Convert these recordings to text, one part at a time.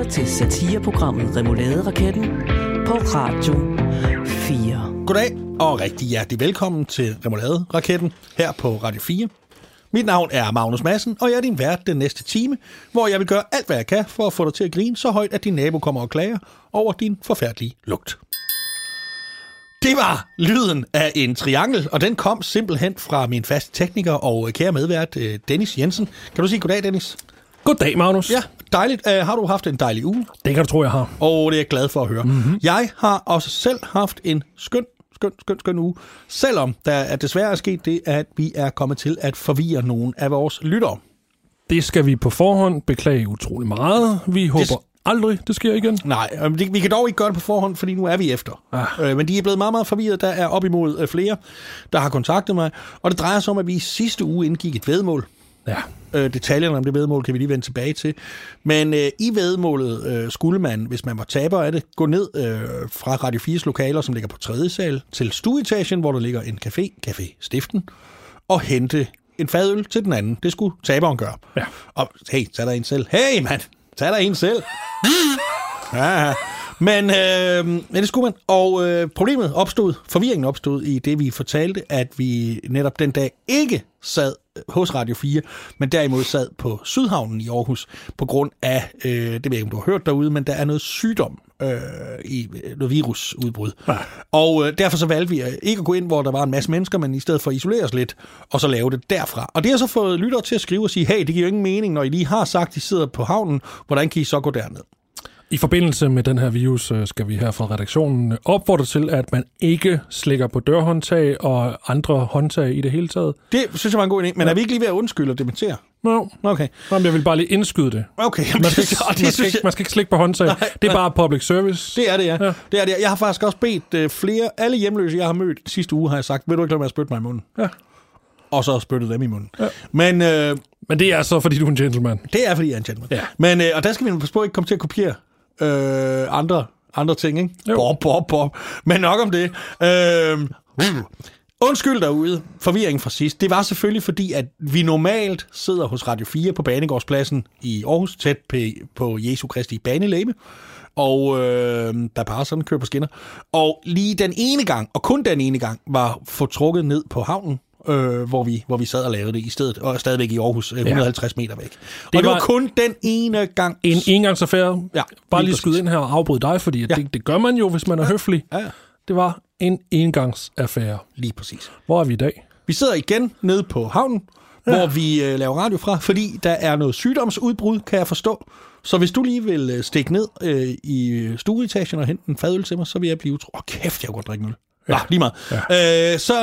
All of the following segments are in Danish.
lytter til satireprogrammet Remouladeraketten på Radio 4. Goddag og rigtig hjertelig velkommen til Remouladeraketten her på Radio 4. Mit navn er Magnus Madsen, og jeg er din vært den næste time, hvor jeg vil gøre alt, hvad jeg kan for at få dig til at grine så højt, at din nabo kommer og klager over din forfærdelige lugt. Det var lyden af en triangel, og den kom simpelthen fra min faste tekniker og kære medvært, Dennis Jensen. Kan du sige goddag, Dennis? Goddag, Magnus. Ja, dejligt. Har du haft en dejlig uge? Det kan du tro, jeg har. Og det er jeg glad for at høre. Mm-hmm. Jeg har også selv haft en skøn uge, selvom der desværre er sket det, at vi er kommet til at forvirre nogle af vores lyttere. Det skal vi på forhånd beklage utrolig meget. Vi håber aldrig, det sker igen. Nej, vi kan dog ikke gøre det på forhånd, fordi nu er vi efter. Men de er blevet meget, meget forvirret. Der er op imod flere, der har kontaktet mig. Og det drejer sig om, at vi i sidste uge indgik et væddemål. Ja. Detaljerne om det væddemål kan vi lige vende tilbage til. Men i væddemålet skulle man, hvis man var taber af det, gå ned fra Radio 4's lokaler, som ligger på 3. sal, til stueetagen, hvor der ligger en Café Stiften, og hente en fadøl til den anden. Det skulle taberen gøre. Ja. Og hey, tag dig en selv. Hey, mand! Tag dig en selv. Ja. Men det skulle man. Og forvirringen opstod i det, vi fortalte, at vi netop den dag ikke sad hos Radio 4, men derimod sad på Sydhavnen i Aarhus, på grund af, det ved jeg ikke, om du har hørt derude, men der er noget sygdom, noget virusudbrud. Ja. Og derfor så valgte vi ikke at gå ind, hvor der var en masse mennesker, men i stedet for at isolere os lidt, og så lave det derfra. Og det har så fået lyttere til at skrive og sige, hey, det giver jo ingen mening, når I lige har sagt, at I sidder på havnen, hvordan kan I så gå derned? I forbindelse med den her virus skal vi her fra redaktionen opfordre til, at man ikke slikker på dørhåndtag og andre håndtag i det hele taget. Det synes jeg var en god idé, men er vi ikke lige ved at undskylde og dementere? No. Okay. Jeg vil bare lige indskyde det. Okay. Man skal ikke slikke på håndtag. Nej, det er bare public service. Det er det, ja. Det er det. Jeg har faktisk også bedt alle hjemløse, jeg har mødt sidste uge, har jeg sagt, vil du ikke lade mig at spytte mig i munden? Ja. Og så spyttet dem i munden. Ja. Men det er så, fordi du er en gentleman. Det er, fordi jeg er en gentleman. Ja. Men, og der skal vi passe på ikke komme til at kopiere andre ting, ikke? Bob. Men nok om det. Undskyld derude, forvirringen fra sidst. Det var selvfølgelig fordi, at vi normalt sidder hos Radio 4 på Banegårdspladsen i Aarhus, tæt på Jesu Kristi banelegeme. Og der bare sådan kører på skinner. Og lige den ene gang, og kun den ene gang, var fortrukket ned på havnen, hvor vi sad og lavede det i stedet, og stadigvæk i Aarhus, 150 meter væk. Og det var kun den ene gang. En engangsaffære. Ja, bare lige skyde ind her og afbryde dig, fordi det gør man jo, hvis man er høflig. Ja. Det var en engangsaffære. Lige præcis. Hvor er vi i dag? Vi sidder igen nede på havnen, hvor vi laver radio fra, fordi der er noget sygdomsudbrud, kan jeg forstå. Så hvis du lige vil stikke ned i stueetagen og hente en fadøl til mig, så vil jeg blive kæft, jeg kunne godt drikke en øl. Ja, lige meget. Ja. Så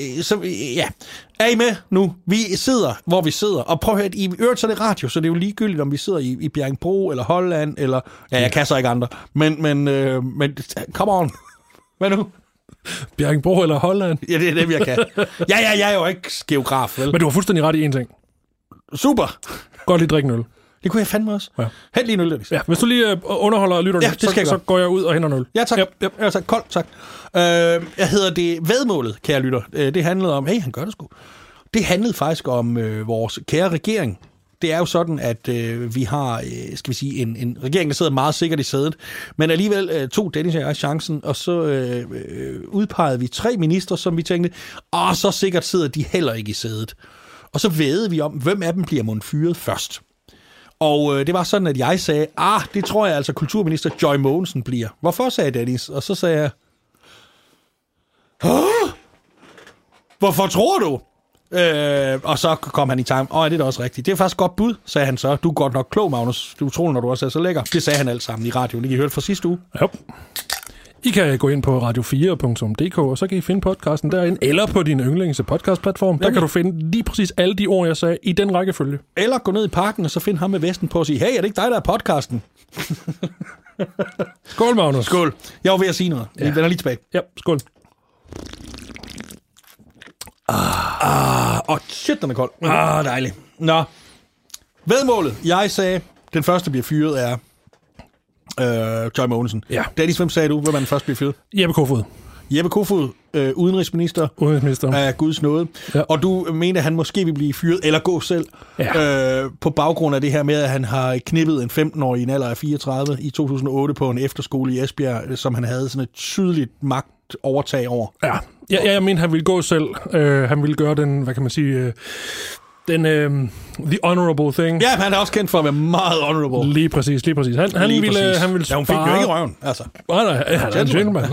er I med nu? Vi sidder, hvor vi sidder. Og prøv at høre, i øvrigt så er det radio, så det er jo ligegyldigt, om vi sidder i Bjerringbro eller Holland, eller... Ja, jeg kan så ikke andre. Men come on. Hvad nu? Bjerringbro eller Holland? Ja, det er det, jeg kan. Ja, jeg er jo ikke geograf, vel? Men du har fuldstændig ret i én ting. Super. Godt lige drikke en øl. Det kunne jeg fandme også. Ja. Hent lige en øl, Dennis. Ja, hvis du lige underholder lytterne, så går jeg ud og henter en øl. Ja, tak. Yep. Ja, tak. Koldt, tak. Jeg hedder det væddemålet, kære lytter. Det handlede om... Hey, han gør det sgu. Det handlede faktisk om vores kære regering. Det er jo sådan, at vi har, skal vi sige, en regering, der sidder meget sikkert i sædet. Men alligevel tog Dennis og jeg chancen, og så udpegede vi 3 ministre, som vi tænkte, så sikkert sidder de heller ikke i sædet. Og så vædede vi om, hvem af dem bliver mon fyret først. Og det var sådan, at jeg sagde, det tror jeg altså kulturminister Joy Mogensen bliver. Hvorfor, sagde Dennis? Og så sagde jeg, hvorfor tror du? Og så kom han i tanke, det er da også rigtigt. Det er faktisk godt bud, sagde han så. Du er godt nok klog, Magnus. Du er utrolig, når du også er så lækker. Det sagde han alt sammen i radioen. Det kan I høre fra sidste uge. Ja. I kan gå ind på radio4.dk, og så kan I finde podcasten derinde, eller på din yndlings podcastplatform. Der kan du finde lige præcis alle de ord, jeg sagde, i den rækkefølge. Eller gå ned i parken, og så find ham med vesten på og sige, hey, er det ikke dig, der er podcasten? Skål, Magnus. Skål. Jeg var ved at sige noget. Vi vender lige tilbage. Ja, skål. Shit, den er kold. Dejligt. Nå. Væddemålet. Jeg sagde, den første bliver fyret er Joy Mogensen. Ja. Dennis, hvem sagde du, hvem man først bliver fyret? Jeppe Kofod. Jeppe Kofod, udenrigsminister af Guds nåde. Ja. Og du mener, at han måske vil blive fyret, eller gå selv, på baggrund af det her med, at han har knippet en 15-årig i en alder af 34 i 2008 på en efterskole i Esbjerg, som han havde sådan et tydeligt magtovertag over. Ja, jeg mener, han ville gå selv. Han ville gøre den, hvad kan man sige... the honorable thing. Ja, han er også kendt for at være meget honorable. Lige præcis. Han ville spare... Ja, hun fik jo ikke i røven, altså. Nej, han er en gentleman.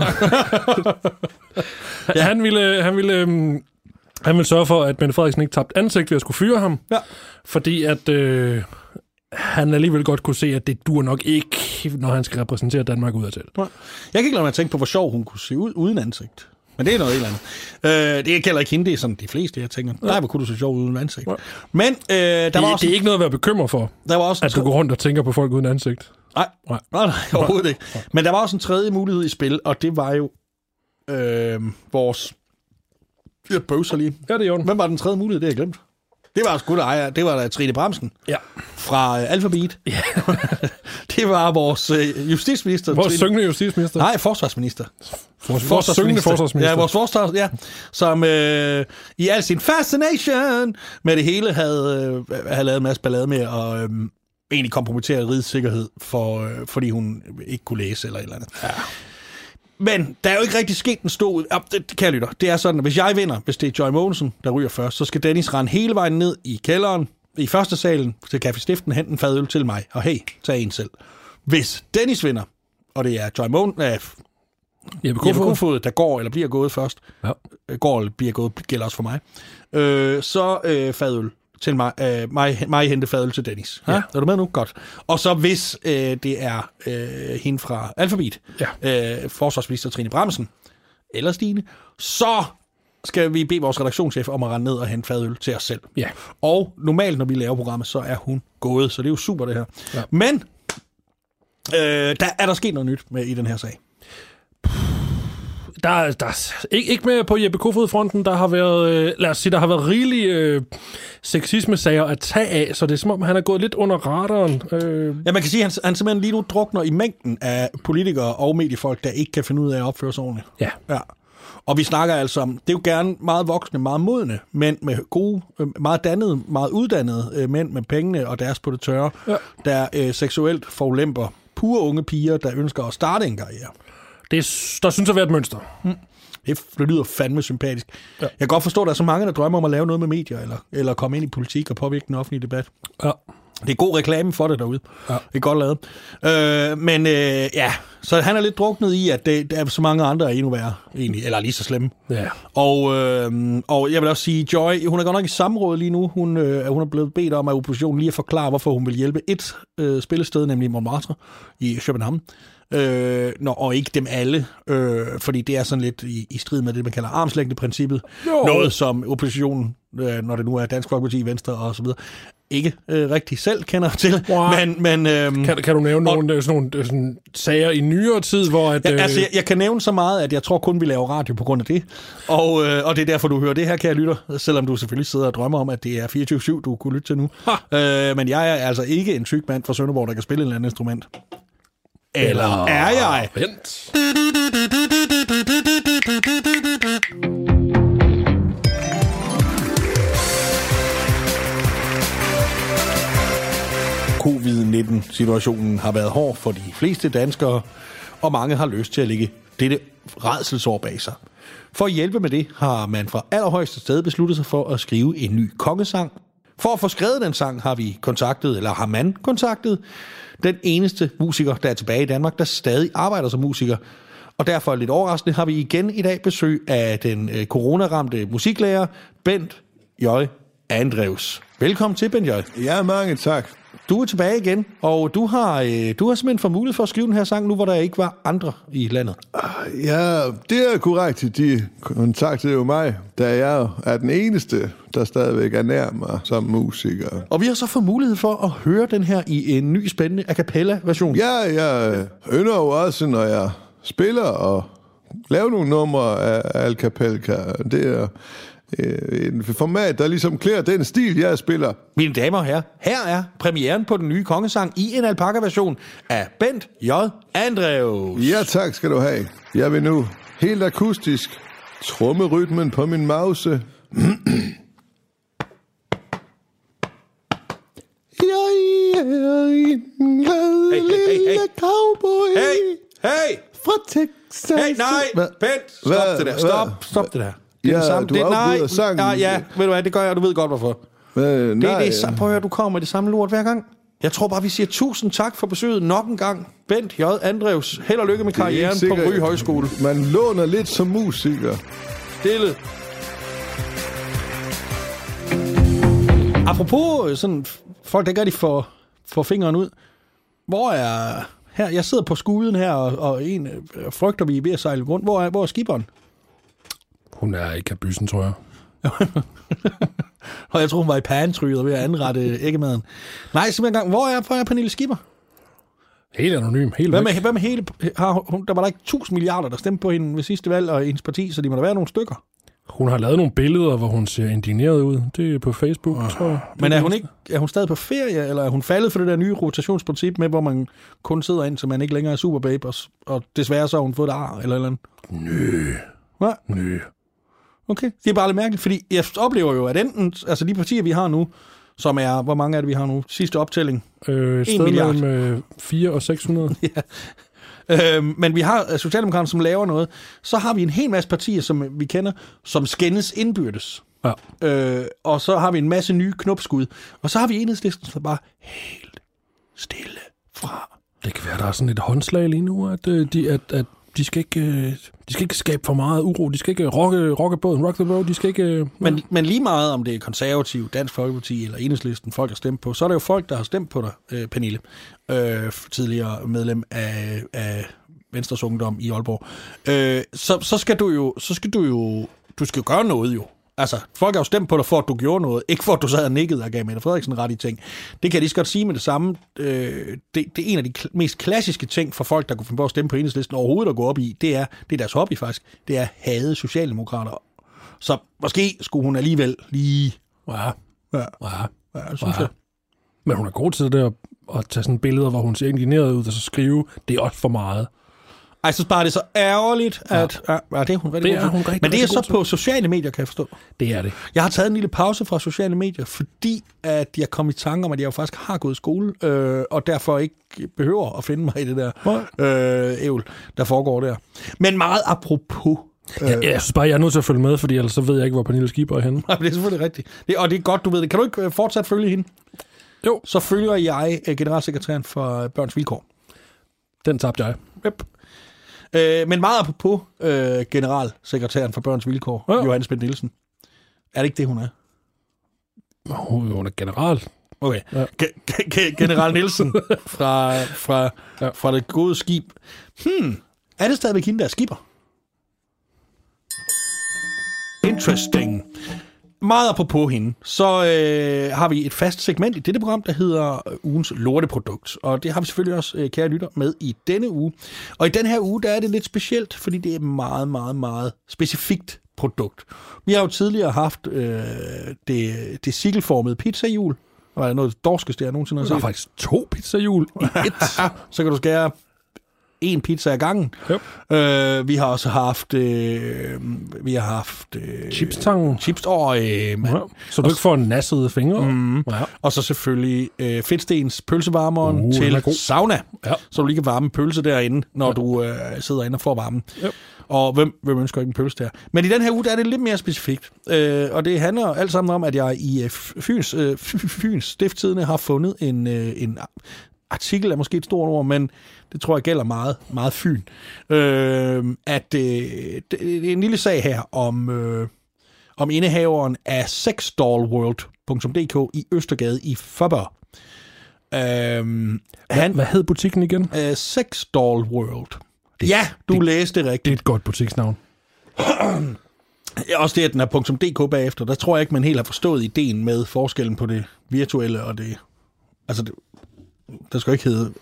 Han ville sørge for, at Mette Frederiksen ikke tabte ansigt ved at skulle fyre ham. Ja. Fordi at han alligevel godt kunne se, at det dur nok ikke, når han skal repræsentere Danmark udadtil. Jeg kan ikke lade mig at tænke på, hvor sjov hun kunne se ud uden ansigt. Men det er noget helt andet. Det gælder ikke hende, det er sådan de fleste, jeg tænker. Nej, hvor kunne du så sjov uden ansigt. Ja. Men der var også... Det er ikke noget at være bekymret for, der var også at du går rundt og tænker på folk uden ansigt. Nej, overhovedet ikke. Men der var også en tredje mulighed i spil, og det var jo vores... Jeg bøvser lige. Ja, det er jo. Hvem var den tredje mulighed? Det har jeg glemt. Det var sgu da det var da Trine Bramsen. Ja. Fra Alphabet. Ja. Det var vores justitsminister. Vores syngende justitsminister. Nej, forsvarsminister. Vores syngende forsvarsminister. Ja, vores forsvarsminister, ja. Som i al sin fascination med det hele havde lavet en masse ballade med at egentlig kompromittere rigets sikkerhed, fordi hun ikke kunne læse eller et eller andet. Ja. Men der er jo ikke rigtig sket en stor ud. Det kan jeg lytte. Det er sådan, at hvis jeg vinder, hvis det er Joy Mogensen, der ryger først, så skal Dennis rende hele vejen ned i kælderen, i første salen, til Café Stiften, hente en fadøl til mig, og hey, tag en selv. Hvis Dennis vinder, og det er Joy Mogensen, Jeppe Kofod, der går eller bliver gået først, går eller bliver gået, gælder også for mig, så fadøl til mig hente fadøl til Dennis. Ja. Er du med nu? Godt. Og så hvis det er hende fra Alphabet, forsvarsminister Trine Bramsen, eller Stine, så skal vi bede vores redaktionschef om at rende ned og hente fadøl til os selv. Ja. Og normalt, når vi laver programmet, så er hun gået, så det er jo super det her. Ja. Men der er der sket noget nyt med i den her sag. Der ikke med på Jeppe Kofod-fronten, der har været, lad os sige, der har været rigelige sexisme-sager at tage af, så det er som om, han er gået lidt under radaren. Ja, man kan sige, at han simpelthen lige nu drukner i mængden af politikere og mediefolk, der ikke kan finde ud af at opføre sig ordentligt. Ja. Og vi snakker altså om, det er jo gerne meget voksne, meget modne mænd med gode, meget dannede, meget uddannede mænd med pengene og deres på det tørre, der seksuelt forulemper pure unge piger, der ønsker at starte en karriere. Der synes at være et mønster. Det lyder fandme sympatisk. Ja. Jeg kan godt forstå, at der er så mange, der drømmer om at lave noget med medier, eller komme ind i politik og påvirke den offentlige debat. Ja. Det er god reklame for det derude. Ja. Det er godt lavet. Men så han er lidt druknet i, at der er så mange andre, der er endnu værre, egentlig, eller lige så slemme. Ja. Og jeg vil også sige, Joy, hun er godt nok i samråd lige nu. Hun er blevet bedt om af oppositionen lige at forklare, hvorfor hun vil hjælpe et spillested, nemlig Montmartre i København. Og ikke dem alle, fordi det er sådan lidt i strid med det, man kalder armslængdeprincippet. Noget, som oppositionen, når det nu er Dansk Folkeparti, Venstre og så videre, ikke rigtig selv kender til. Wow. Men kan du nævne nogle sager i nyere tid, hvor at... jeg kan nævne så meget, at jeg tror kun, vi laver radio på grund af det. Og det er derfor, du hører det her, kære lytter, selvom du selvfølgelig sidder og drømmer om, at det er 24/7, du kunne lytte til nu. Men jeg er altså ikke en tyk mand fra Sønderborg, der kan spille et eller andet instrument. Eller er jeg? Vent. Covid-19-situationen har været hård for de fleste danskere, og mange har lyst til at lægge dette rædselsår bag sig. For at hjælpe med det har man fra allerhøjeste sted besluttet sig for at skrive en ny kongesang. For at få skrevet den sang har man kontaktet den eneste musiker, der er tilbage i Danmark, der stadig arbejder som musiker. Og derfor lidt overraskende har vi igen i dag besøg af den coronaramte musiklærer, Bent J. Andrews. Velkommen til, Bent J. Ja, mange tak. Du er tilbage igen, og du har simpelthen fået mulighed for at skrive den her sang nu, hvor der ikke var andre i landet. Ja, det er korrekt. De kontaktede jo mig, da jeg er den eneste, der stadigvæk er nær mig som musiker. Og vi har så fået mulighed for at høre den her i en ny spændende a cappella-version. Ja, jeg ynder jo også, når jeg spiller og laver nogle numre af a cappella. Det er en format, der ligesom klæder den stil, jeg spiller. Mine damer og herrer, her er premieren på den nye kongesang i en alpaka-version af Bent J. Andrews. Ja, tak skal du have. Jeg vil nu helt akustisk. Trommerytmen på min mouse. Jeg er en lille cowboy. Hey! Fra Texas. Hey, nej! Bent, stop det der. Stop det der. Det er det samme. Du afbryder sangen. Ja, ved du hvad, det gør jeg, du ved godt hvorfor. Det er det samme. Prøv at høre, du kommer med det samme lort hver gang. Jeg tror bare, vi siger 1000 tak for besøget nok en gang. Bent J. Andrews, held og lykke med karrieren på Ry Højskole. Man låner lidt som musiker. Stille. Apropos sådan, folk der ikke rigtig får fingeren ud. Hvor er... Her, jeg sidder på skuden her, og en frygter vi er ved at sejle rundt. Hvor er skiberen? Hun er i kabysen, tror jeg. Og jeg tror, hun var i pantryet ved at anrette æggemaden. Nej, simpelthen hvor er Pernille Skipper? Helt anonym, helt væk. Hvad med hele... Der var der ikke 1000 milliarder, der stemte på hende ved sidste valg, og hendes parti, så de må der være nogle stykker. Hun har lavet nogle billeder, hvor hun ser indigneret ud. Det er på Facebook, tror jeg. Men er hun stadig på ferie, eller er hun faldet for det der nye rotationsprincip med, hvor man kun sidder ind, så man ikke længere er superbabe, og desværre så har hun fået et ar, eller andet? Nø. Okay, det er bare lidt mærkeligt, fordi jeg oplever jo, at enten, altså de partier, vi har nu, som er, hvor mange er det, vi har nu? Sidste optælling. 1 milliard. Med 400 og 600. Ja. Men vi har Socialdemokraterne, som laver noget. Så har vi en hel masse partier, som vi kender, som skændes indbyrdes. Ja. Og så har vi en masse nye knopskud. Og så har vi Enhedslisten, som bare helt stille fra. Det kan være, der er sådan et håndslag lige nu, at de skal ikke skabe for meget uro. De skal ikke rock the boat. De skal ikke... Men lige meget om det er konservativ, Dansk Folkeparti eller Enhedslisten, folk har stemt på, så er der jo folk, der har stemt på dig, Pernille, tidligere medlem af Venstres Ungdom i Aalborg. Så skal du gøre noget jo. Altså, folk har jo stemt på dig for, at du gjorde noget. Ikke for, at du sad og nikkede og gav Mette Frederiksen ret i ting. Det kan jeg lige så godt sige med det samme. Det er en af de mest klassiske ting for folk, der kunne finde på at stemme på Enhedslisten overhovedet at gå op i. Det er deres hobby faktisk. Det er at hade socialdemokrater. Så måske skulle hun alligevel lige... Ja, synes jeg. Men hun er god til det der at tage sådan billeder, hvor hun ser indigneret ud, og så skrive, det er også for meget. Ej, så bare det er så ærgerligt, at... Ja, det er hun rigtig god til. Men det er så på sociale medier, kan jeg forstå. Det er det. Jeg har taget en lille pause fra sociale medier, fordi at jeg kom i tanke om, at jeg jo faktisk har gået i skole, og derfor ikke behøver at finde mig i det der ævl, der foregår der. Men meget apropos... Jeg synes bare, jeg er nødt til at følge med, fordi ellers så ved jeg ikke, hvor Pernille Skipper er henne. Nej, det er selvfølgelig rigtigt. Og det er godt, du ved det. Kan du ikke fortsat følge hende? Jo. Så følger jeg generalsekretæren for Børns Vilkår. Den tabte jeg. Yep. Men meget apropos generalsekretæren for Børns Vilkår, Johannes Bent Nielsen. Er det ikke det, hun er? Hun er general. Okay. Ja. General Nielsen fra det gode skib. Er det stadigvæk hende, der er skipper? Interesting. Meget apropos hende, så har vi et fast segment i dette program, der hedder ugens lorteprodukt. Og det har vi selvfølgelig også, kære lytter, med i denne uge. Og i den her uge, der er det lidt specielt, fordi det er et meget, meget, meget specifikt produkt. Vi har jo tidligere haft det sikkelformede pizzahjul. Og er det noget dorskeste, jeg nogensinde har set? Der er faktisk 2 pizzahjul i et. Så kan du skære 1 pizza ad gangen. Yep. Vi har også haft chipstangen. Så du ikke får nassede fingre. Ja. Og så selvfølgelig Fedtstens pølsevarmeren til sauna. Ja. Så du lige kan varme pølse derinde, når du sidder inde og får varmen. Yep. Og hvem ønsker ikke en pølse der? Men i den her uge, der er det lidt mere specifikt. Og det handler alt sammen om, at jeg i Fyns Stiftstidende har fundet en artikel er måske et stort ord, men det tror jeg gælder meget, meget Fyn. At det er en lille sag her om indehaveren af sexdollworld.dk i Østergade i Faaborg. Hvad hed butikken igen? Sexdollworld. Ja, du læste det rigtigt. Det er et godt butiksnavn. Også det, at den er .dk bagefter. Der tror jeg ikke, man helt har forstået ideen med forskellen på det virtuelle og det... Altså, der skal ikke hedde...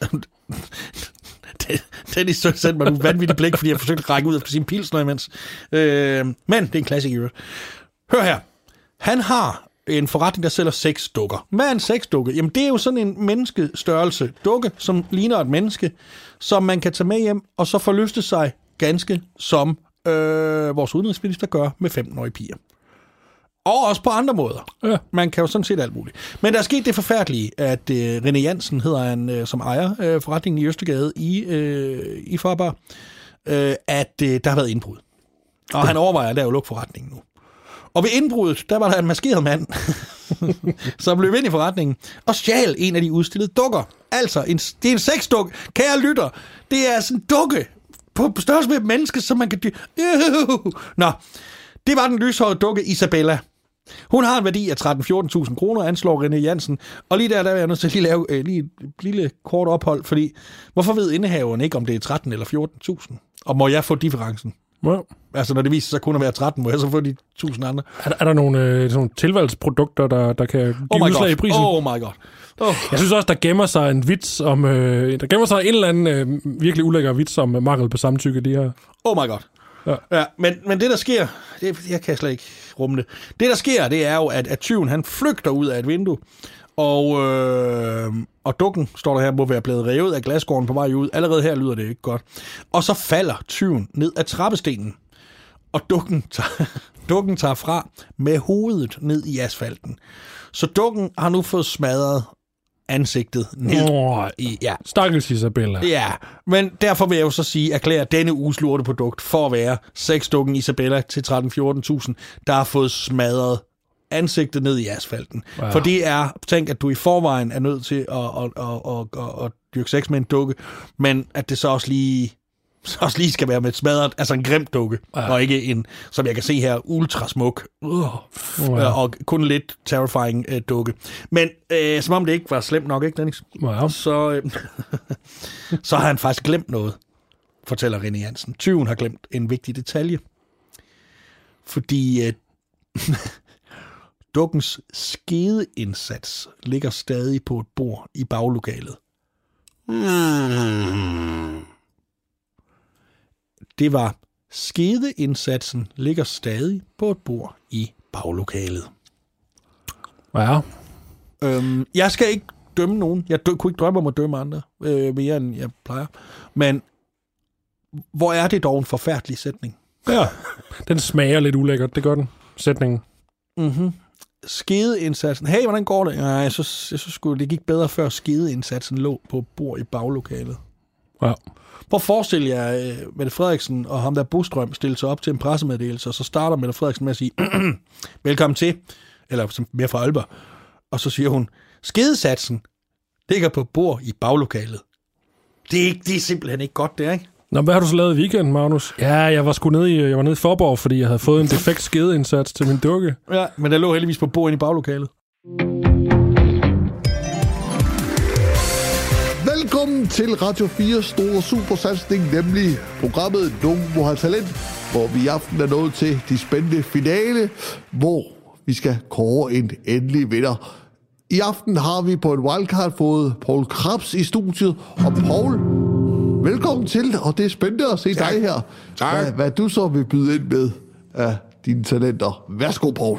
Dennis sendte mig nogle vanvittige blik, fordi jeg forsøgte at række ud efter sin pilsner imens. Men det er en klassiker. Hør her. Han har en forretning, der sælger sexdukker. Hvad er en sexdukke? Jamen, det er jo sådan en menneskestørrelse dukke, som ligner et menneske, som man kan tage med hjem, og så forlyste sig ganske som vores udenrigsminister gør med 15-årige piger. Og også på andre måder. Ja. Man kan jo sådan set alt muligt. Men der er sket det forfærdelige, at René Jansen hedder han, som ejer forretningen i Østergade i Faaborg, at der har været indbrud. Og han overvejer at lave forretningen nu. Og ved indbruddet, der var der en maskeret mand, som løb ind i forretningen og stjal en af de udstillede dukker. Altså, det er en sexdukke. Kære lytter, det er sådan en dukke på størrelse med et menneske, som man kan Nå, det var den lyshårede dukke Isabella. Hun har en værdi af 13-14.000 kroner, anslår René Jansen. Og lige der vil jeg nødt til at lige lave lige et lille kort ophold, fordi hvorfor ved indehaveren ikke, om det er 13 eller 14.000? Og må jeg få differencen? Ja. Altså, når det viser sig kun at være 13, må jeg så få de 1.000 andre? Er der nogle tilvalgsprodukter, der kan give udslag i prisen? Oh my god. Oh. Jeg synes også, der gemmer sig en vits om... der gemmer sig en eller anden virkelig ulækker vits om mangel på samtykke, de her. Oh my god. Ja, men det, der sker... jeg kan slet ikke rumme det. Det, der sker, det er jo, at tyven, han flygter ud af et vindue, og dukken, står der her, må være blevet revet af glasgården på vej ud. Allerede her lyder det ikke godt. Og så falder tyven ned ad trappestenen, og dukken tager fra med hovedet ned i asfalten. Så dukken har nu fået smadret ansigtet ned i... Ja. Stakkels Isabella. Ja, men derfor vil jeg jo så sige, erklære denne uges lorteprodukt for at være sexdukken Isabella til 13-14.000, der har fået smadret ansigtet ned i asfalten. Wow. For det er, tænk, at du i forvejen er nødt til at dyrke sex med en dukke, men at det så også lige skal være med et smadret, altså en grim dukke, og ikke en, som jeg kan se her, ultrasmuk, og kun lidt terrifying dukke. Men som om det ikke var slemt nok, ikke, Dennis? Wow. Så har han faktisk glemt noget, fortæller René Jansen. Tyven har glemt en vigtig detalje. Fordi dukkens skedeindsats ligger stadig på et bord i baglokalet. Det var, skedeindsatsen ligger stadig på et bord i baglokalet. Ja. Jeg skal ikke dømme nogen. Jeg kunne ikke drømme om at dømme andre mere, end jeg plejer. Men hvor er det dog en forfærdelig sætning? Ja, den smager lidt ulækkert, det gør den, sætningen. Mhm. Skedeindsatsen. Hey, hvordan går det? Jeg synes det gik bedre, før skedeindsatsen lå på et bord i baglokalet. Ja. Prøv at forestille jer, Mette Frederiksen og ham der Bostrøm stille sig op til en pressemeddelelse, og så starter Mette Frederiksen med at sige, velkommen til, eller mere fra Aalborg, og så siger hun, skedesatsen ligger på bord i baglokalet. Det er simpelthen ikke godt, det er, ikke? Nå, hvad har du så lavet i weekenden, Magnus? Ja, jeg var nede i Faaborg, fordi jeg havde fået en defekt skedeindsats til min dukke. Ja, men der lå heldigvis på bord inde i baglokalet. Velkommen til Radio 4's store supersatsning, nemlig programmet Nogen må have talent, hvor vi i aften er nået til de spændende finale, hvor vi skal kåre en endelig vinder. I aften har vi på en wildcard fået Poul Krebs i studiet, og Poul, velkommen til, og det er spændende at se dig her. Tak. Hvad du så vil byde ind med af dine talenter. Værsgo, Poul.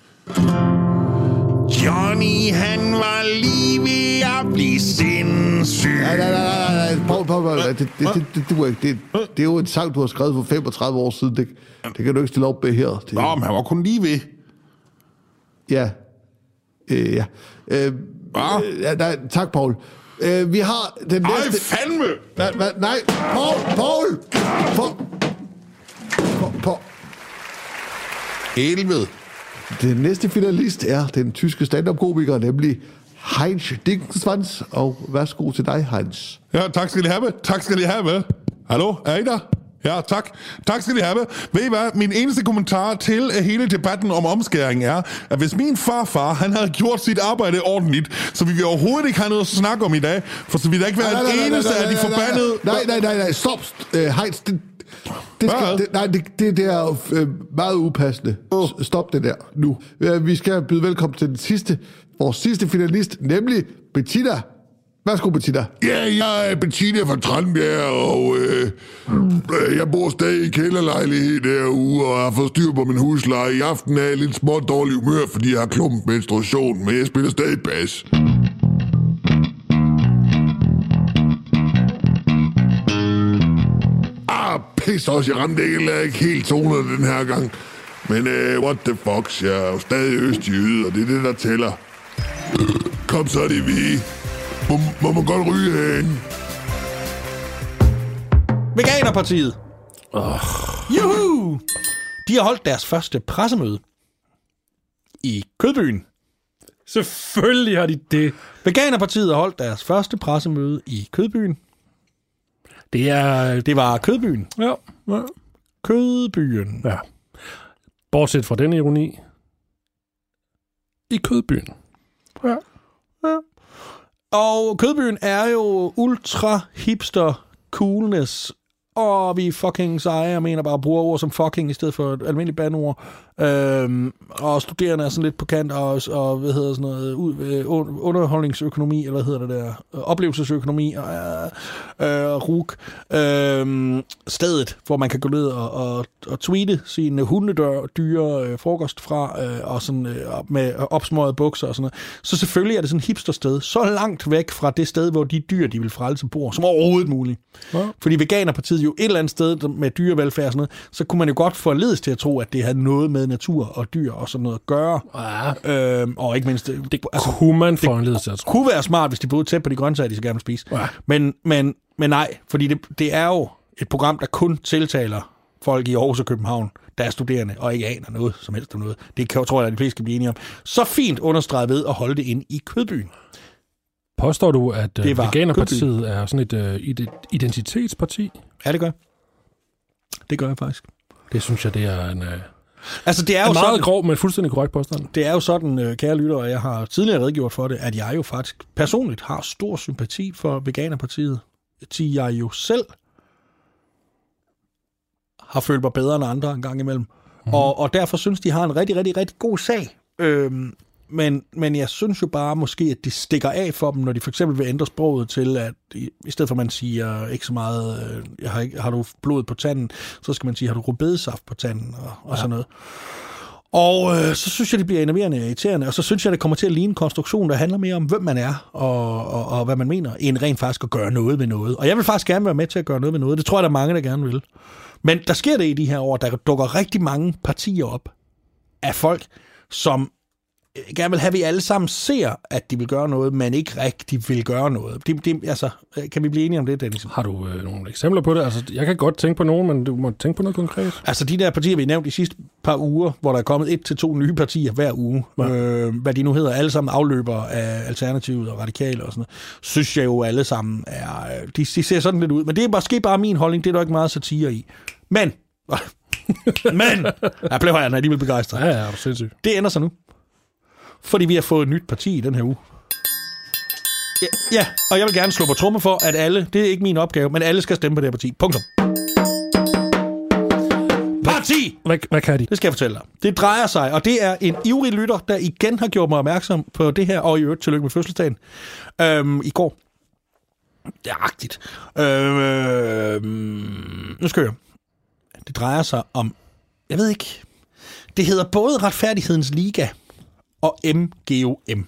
Johnny, han var lige ved at blive sindssyg. Nej. Poul, det duer ikke. Det er jo en sang, du har skrevet for 35 år siden. Det kan du ikke stille op med her. Nå, men han var kun lige ved. Ja. Nej, tak, Poul. Vi har den næste... fandme! Nej, Poul! Helvede. Den næste finalist er den tyske stand-up-komiker, nemlig Heinz Dickenswanz. Og værsgo til dig, Heinz. Ja, tak skal I have. Hallo, er I der? Ja, tak. Tak skal I have. Ved I hvad? Min eneste kommentar til hele debatten om omskæring er, at hvis min farfar, han havde gjort sit arbejde ordentligt, så ville vi overhovedet ikke have noget at snakke om i dag, for så ville der ikke være en eneste af de forbandede... Nej, stop, Heinz. Det er meget upassende. Stop det der nu. Vi skal byde velkommen til vores sidste finalist, nemlig Bettina. Værsgo, Bettina. Ja, jeg er Bettina fra Tranbjerg, og jeg bor stadig i kælderlejlighed derude, og har fået styr på min husleje. I aften er jeg lidt småt dårlig humør, fordi jeg har klump menstruation, men jeg spiller stadig bas. så jeg ramte ikke helt tonet den her gang. Men what the fuck, jeg er jo stadig østjyde, og det er det, der tæller. Kom så, det vi. Må man godt ryge herinde? Veganerpartiet. Juhu! De har holdt deres første pressemøde i Kødbyen. Selvfølgelig har de det. Veganerpartiet har holdt deres første pressemøde i Kødbyen. Det var Kødbyen. Ja. Kødbyen. Ja. Bortset fra den ironi. I Kødbyen. Ja. Og Kødbyen er jo ultra hipster coolness. Og vi fucking seje, jeg mener bare bruger ord som fucking i stedet for et almindeligt bandord. Og studerende er sådan lidt på kant, og hvad hedder sådan noget, underholdningsøkonomi, eller hvad hedder det der, oplevelsesøkonomi, RUK. Stedet, hvor man kan gå ned og tweete sine hundedyre frokost fra, og sådan med opsmøgede bukser og sådan noget. Så selvfølgelig er det sådan et hipstersted, så langt væk fra det sted, hvor de dyr, de vil frelse, bor, som overhovedet muligt. Ja. Fordi Veganerpartiet jo et eller andet sted med dyrevelfærd og sådan noget, så kunne man jo godt forledes til at tro, at det havde noget med natur og dyr og sådan noget at gøre. Ja. Og ikke mindst... Det kunne man forledes til at tro. Kunne være smart, hvis de boede tæt på de grøntsager, de så gerne vil spise. Ja. Men nej, fordi det er jo et program, der kun tiltaler folk i Aarhus og København, der er studerende og ikke aner noget som helst om noget. Det tror jeg, at de fleste kan blive enige om. Så fint understreget ved at holde det inde i Kødbyen. Påstår du, at Veganerpartiet er sådan et identitetsparti? Ja, det gør jeg. Det gør jeg faktisk. Det synes jeg, det er en... Altså, det er jo meget sådan, grov, men fuldstændig korrekt påstand. Det er jo sådan, kære lytter, og jeg har tidligere redegjort for det, at jeg jo faktisk personligt har stor sympati for Veganerpartiet. Jeg jo selv har følt mig bedre end andre en gang imellem. Mm. Og derfor synes de har en rigtig, rigtig, rigtig god sag. Men jeg synes jo bare måske, at det stikker af for dem, når de for eksempel vil ændre sproget til, at i stedet for at man siger ikke så meget, har du blod på tanden, så skal man sige, har du rødbedesaft på tanden og sådan noget. Og så synes jeg, det bliver enerverende irriterende, og så synes jeg, det kommer til at ligne en konstruktion, der handler mere om, hvem man er og hvad man mener, end rent faktisk at gøre noget ved noget. Og jeg vil faktisk gerne være med til at gøre noget ved noget. Det tror jeg, der er mange, der gerne vil. Men der sker det i de her år, der dukker rigtig mange partier op af folk, som gerne vil have, at vi alle sammen ser, at de vil gøre noget, men ikke rigtig vil gøre noget. Altså, kan vi blive enige om det, Dennis? Har du nogle eksempler på det? Altså, jeg kan godt tænke på nogen, men du må tænke på noget konkret. Altså, de der partier, vi nævnte de sidste par uger, hvor der er kommet 1 til 2 nye partier hver uge, hvad de nu hedder, alle sammen afløber af Alternativet og Radikale og sådan noget, synes jeg jo alle sammen er... De ser sådan lidt ud, men det er måske bare min holdning, det er der ikke meget satire i. Men jeg blev her alligevel begejstret. Ja, det er sindssygt. Det ændrer sig nu. Fordi vi har fået et nyt parti i den her uge. Ja, og jeg vil gerne slå på tromme for, at alle, det er ikke min opgave, men alle skal stemme på det her parti. Punktum. Parti! Hvad kan de? Det skal jeg fortælle dig. Det drejer sig, og det er en ivrig lytter, der igen har gjort mig opmærksom på det her, og i øvrigt tillykke med fødselsdagen, i går. Det er agtigt. Nu skal jeg. Det drejer sig om, jeg ved ikke, det hedder både Retfærdighedens Liga og MGOM.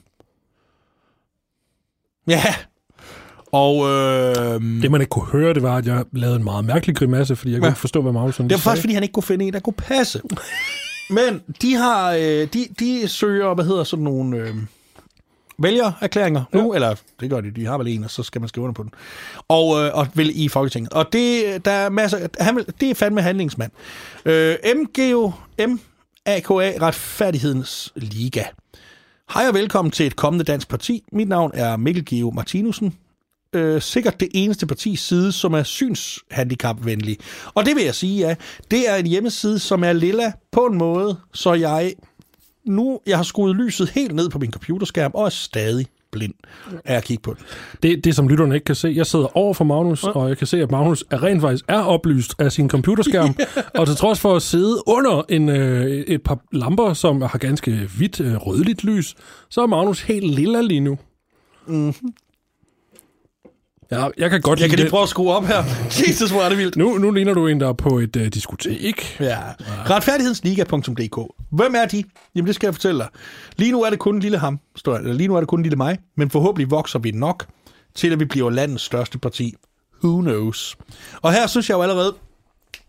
Ja. Og det, man ikke kunne høre, det var, at jeg lavede en meget mærkelig grimasse, fordi jeg kunne ikke forstå, hvad Magnusson det var faktisk, fordi han ikke kunne finde en, der kunne passe. Men de har, de søger, sådan nogle vælgererklæringer nu, eller det gør de har vel en, og så skal man skrive under på den. Og vil i Folketinget. Og det, der er masser, det er fandme handlingsmand. MGOM, AKA, Retfærdighedens Liga. Hej og velkommen til et kommende dansk parti. Mit navn er Mikkel Geo Martinussen. Sikkert det eneste partis side, som er synshandicapvenlig. Og det vil jeg sige, ja, det er en hjemmeside, som er lilla på en måde, så jeg har skruet lyset helt ned på min computerskærm og er stadig blind af at kigge på det. Det, som lytterne ikke kan se, jeg sidder over for Magnus, og jeg kan se, at Magnus rent faktisk er oplyst af sin computerskærm, og til trods for at sidde under et par lamper, som har ganske hvidt rødligt lys, så er Magnus helt lilla lige nu. Mm-hmm. Ja, jeg kan godt lide lige prøve at skrue op her. Jesus, hvor er det vildt. Nu ligner du en, der er på et diskotek. Ja. Retfærdighedsliga.dk. Hvem er de? Jamen, det skal jeg fortælle dig. Lige nu er det kun en lille ham. Lige nu er det kun en lille mig. Men forhåbentlig vokser vi nok til, at vi bliver landets største parti. Who knows? Og her synes jeg jo allerede,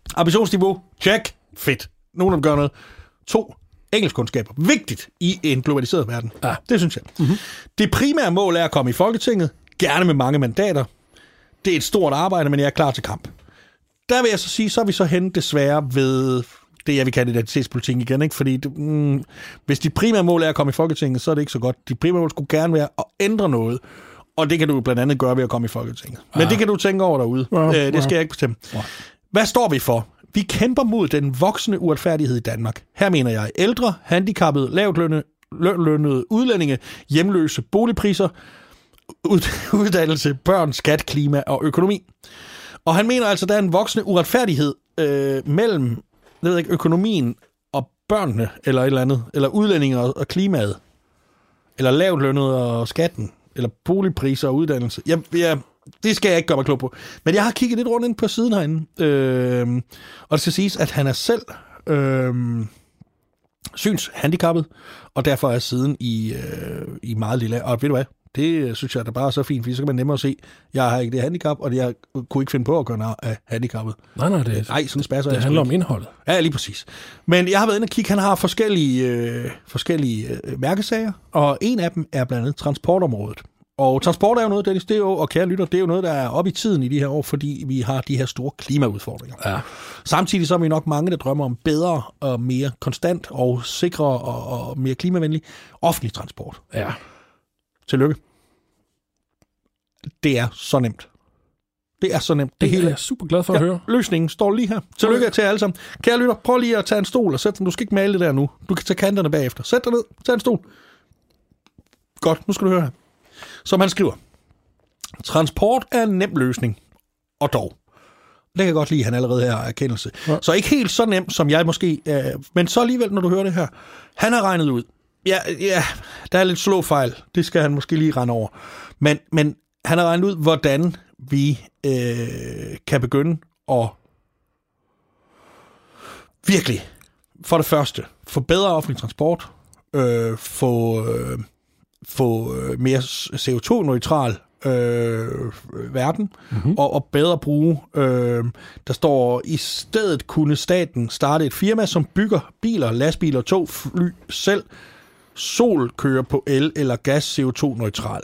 Ambitionsniveau, check, fedt. Nogen, der gør noget. 2. Engelskkundskaber. Vigtigt i en globaliseret verden. Ja. Det synes jeg. Mm-hmm. Det primære mål er at komme i Folketinget, gerne med mange mandater. Det er et stort arbejde, men jeg er klar til kamp. Der vil jeg så sige, så er vi så henne desværre ved det, jeg vil kalde identitetspolitik igen, ikke? Fordi hvis dit primære mål er at komme i Folketinget, så er det ikke så godt. Dit primære mål skulle gerne være at ændre noget, og det kan du blandt andet gøre ved at komme i Folketinget. Men det kan du tænke over derude. Det skal jeg ikke bestemme. Hvad står vi for? Vi kæmper mod den voksende uretfærdighed i Danmark. Her mener jeg ældre, handicappede, lavtlønnede udlændinge, hjemløse, boligpriser, uddannelse, børn, skat, klima og økonomi. Og han mener altså, at der er en voksende uretfærdighed mellem økonomien og børnene, eller et eller andet, eller udlændinge og klimaet, eller lavtlønnede og skatten, eller boligpriser og uddannelse. Det skal jeg ikke gøre mig klog på. Men jeg har kigget lidt rundt ind på siden herinde, og det skal siges, at han er selv synshandicappet, og derfor er siden i meget lille. Og ved du hvad? Det synes jeg da bare er så fint, fordi så kan man nemmere se, jeg har ikke det handicap, og jeg kunne ikke finde på at gøre noget af handicappet. Nej, sådan spasser det handler om indholdet. Ja, lige præcis. Men jeg har været inde og kigge, han har forskellige mærkesager, og en af dem er blandt andet transportområdet. Og transport er jo noget, Dennis, det er jo, og kære lytter, det er jo noget, der er oppe i tiden i de her år, fordi vi har de her store klimaudfordringer. Ja. Samtidig så er vi nok mange, der drømmer om bedre og mere konstant og sikre og mere klimavenlig offentlig transport. Ja. Tillykke. Det er så nemt. Det er så nemt. Det hele er jeg super glad for at høre. Løsningen står lige her. Tillykke til jer alle sammen. Kære lytter, prøv lige at tage en stol og sæt den. Du skal ikke male det der nu. Du kan tage kanterne bagefter. Sæt dig ned. Tag en stol. Godt, nu skal du høre her. Som han skriver. Transport er en nem løsning. Og dog. Det kan jeg godt lide, at han allerede har erkendelse. Ja. Så ikke helt så nemt, som jeg måske... men så alligevel, når du hører det her. Han har regnet ud. Ja, der er lidt slåfejl. Det skal han måske lige rende over. Men han har regnet ud, hvordan vi kan begynde at virkelig, for det første, få bedre offentlig transport, få mere CO2-neutral verden, og bedre bruge. Der står, i stedet kunne staten starte et firma, som bygger biler, lastbiler, tog, fly selv. Sol kører på el eller gas CO2-neutral.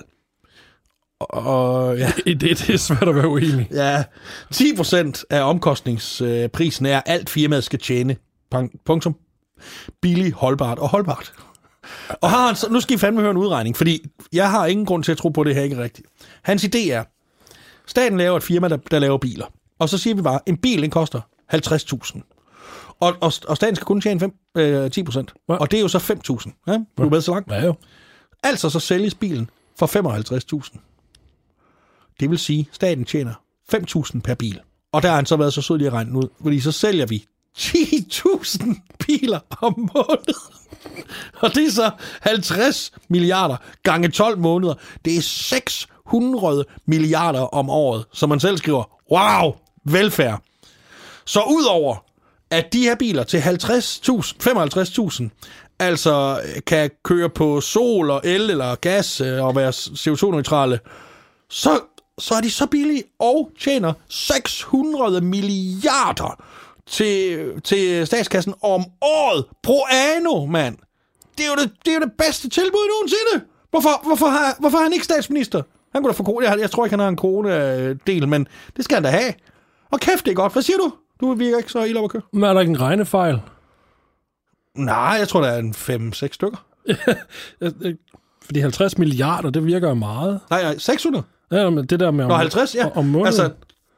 Og ja. Det er svært at være uenig. Ja, 10% af omkostningsprisen er, alt firmaet skal tjene. Punktum. Billig, holdbart og holdbart. Og har han så, nu skal I fandme høre en udregning, fordi jeg har ingen grund til at tro på, at det her ikke er rigtigt. Hans idé er, staten laver et firma, der laver biler. Og så siger vi bare, en bil, den koster 50.000. Og staten skal kun tjene 10%. Ja. Og det er jo så 5.000. Ja? Du er med så langt. Ja, jo. Altså så sælges bilen for 55.000. Det vil sige, at staten tjener 5.000 per bil. Og der har han så været så sød lige at regne ud, fordi så sælger vi 10.000 biler om måneden. Og det er så 50 milliarder gange 12 måneder. Det er 600 milliarder om året, som man selv skriver. Wow, velfærd. Så udover at de her biler til 55.000 altså kan køre på sol og el eller gas og være CO2-neutrale, så er de så billige og tjener 600 milliarder til statskassen om året. Pro anno, mand. Det er jo det bedste tilbud nogensinde. Hvorfor har han ikke statsminister? Han kunne da få kone. Jeg tror ikke, han har en kone-del, men det skal han da have. Og kæft, det er godt. Hvad siger du? Du virker ikke så ilde op at køre. Men er der ikke en regnefejl? Nej, jeg tror, der er en 5-6 stykker. Fordi 50 milliarder, det virker meget. Nej, 600. Ja, men det der med... 50, ja. Om måneden. Altså,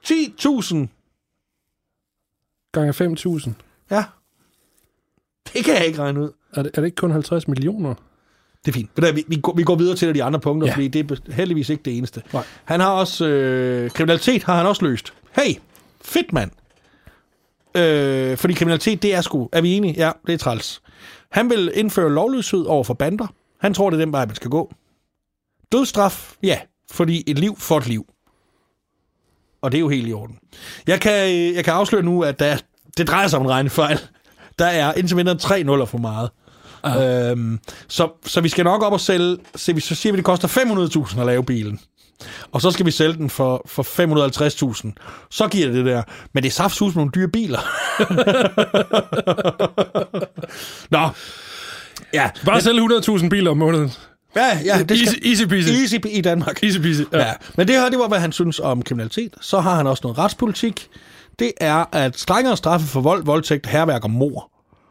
10.000. Gange 5.000. Ja. Det kan jeg ikke regne ud. Er det ikke kun 50 millioner? Det er fint. Vi går videre til de andre punkter, ja. Fordi det er heldigvis ikke det eneste. Nej. Han har også... kriminalitet har han også løst. Hey, fedt mand. Fordi kriminalitet, det er sgu... Er vi enige? Ja, det er træls. Han vil indføre lovløshed over for bander. Han tror, det er den vej, man skal gå. Dødsstraf? Ja, fordi et liv for et liv. Og det er jo helt i orden. Jeg kan afsløre nu, at det drejer sig om en regnefejl. Der er indtil mindre 3 nuller for meget. Så vi skal nok op og sælge... Så siger vi, det koster 500.000 at lave bilen. og så skal vi sælge den for 550.000. Så giver det der. Men det er saftsus med nogle dyre biler. Nå. Ja. Bare sælge 100.000 biler om måneden. Ja, det skal... Easy peasy. Easy i Danmark. Easy peasy, ja. Men det her, det var, hvad han synes om kriminalitet. Så har han også noget retspolitik. Det er, at strengere straffe for vold, voldtægt, hærværk og mord.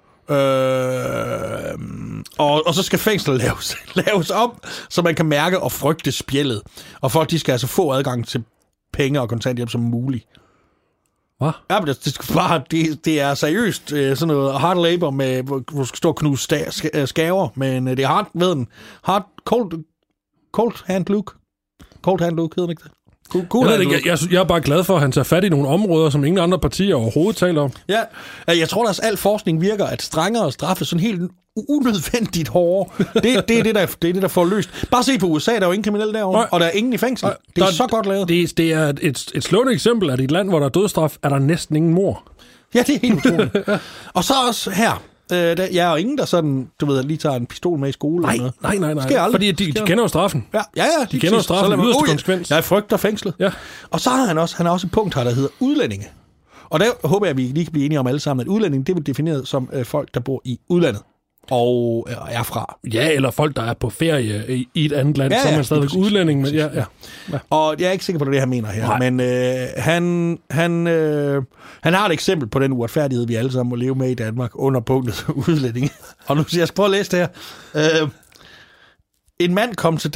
Og så skal fængslet laves om, så man kan mærke og frygte spjældet. Og folk, de skal altså få adgang til penge og kontanthjælp som muligt. Hvad? Ja, men det er seriøst sådan noget hard labor, med, hvor du skal stå og knuse skaver, men det er hard, ved den. Cold hand look. Cold hand look, hedder den ikke det? Jeg er bare glad for, at han tager fat i nogle områder, som ingen andre partier overhovedet taler om. Ja, jeg tror, at al forskning virker, at strengere straffe sådan helt unødvendigt hårde. Det er det, der får løst. Bare se på USA, der er jo ingen kriminelle derovre, og der er ingen i fængsel. Det er så godt lavet. Det er et slående eksempel, at i et land, hvor der er dødsstraf, er der næsten ingen mord. Ja, det er helt utroligt. Og så også her. Jeg er jo ingen, der sådan, du ved, lige tager en pistol med i skole. Nej. Fordi de kender jo straffen. Ja, de kender jo straffen. Yderste konsekvens. Jeg frygter fængslet. Ja. Og så har han har også et punkt her, der hedder udlændinge. Og der håber jeg, at vi lige kan blive enige om alle sammen, at udlændinge, det er defineret som folk, der bor i udlandet. Og er fra. Ja, eller folk, der er på ferie i et andet land, så er man stadigvæk udlænding. Men ja. Og jeg er ikke sikker på, det han mener her. Nej. Men han har et eksempel på den uretfærdighed, vi alle sammen må leve med i Danmark under punktet udlændinge. Og nu skal jeg prøve at læse det her. En mand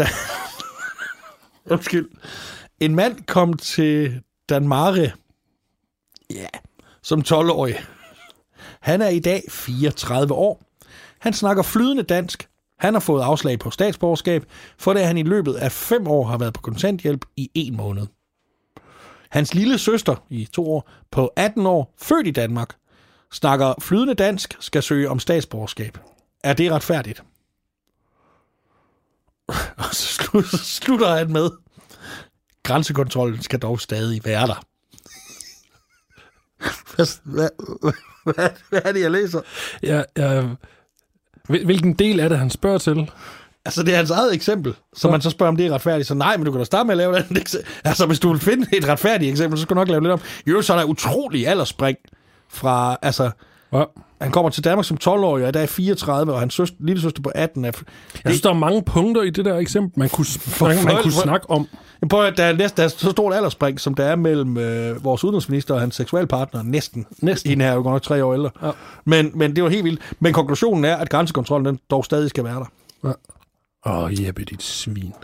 kom til Danmark som 12-årig. Han er i dag 34 år. Han snakker flydende dansk. Han har fået afslag på statsborgerskab, for da han i løbet af 5 år har været på kontanthjælp i 1 måned. Hans lille søster i 2 år på 18 år, født i Danmark, snakker flydende dansk, skal søge om statsborgerskab. Er det retfærdigt? Og så slutter han med: grænsekontrollen skal dog stadig være der. Hvad er det, jeg læser? Hvilken del er det, han spørger til? Altså, det er hans eget eksempel, så man så spørger, om det er retfærdigt. Så nej, men du kan da starte med at lave det. Altså, hvis du vil finde et retfærdigt eksempel, så skal du nok lave lidt om. Jo, så er der utrolig aldersspring fra, altså... Ja. Han kommer til Danmark som 12-årig, og der er 34, og hans lille søster på 18. Jeg synes, der er mange punkter i det der eksempel, man kunne snakke om. Der er så stort aldersspring, som der er mellem vores udenrigsminister og hans seksualpartner. Næsten. Hende her er jo godt nok 3 år ældre. Ja. Men det var helt vildt. Men konklusionen er, at grænsekontrollen den dog stadig skal være der. Ja. Jeppe, dit svin.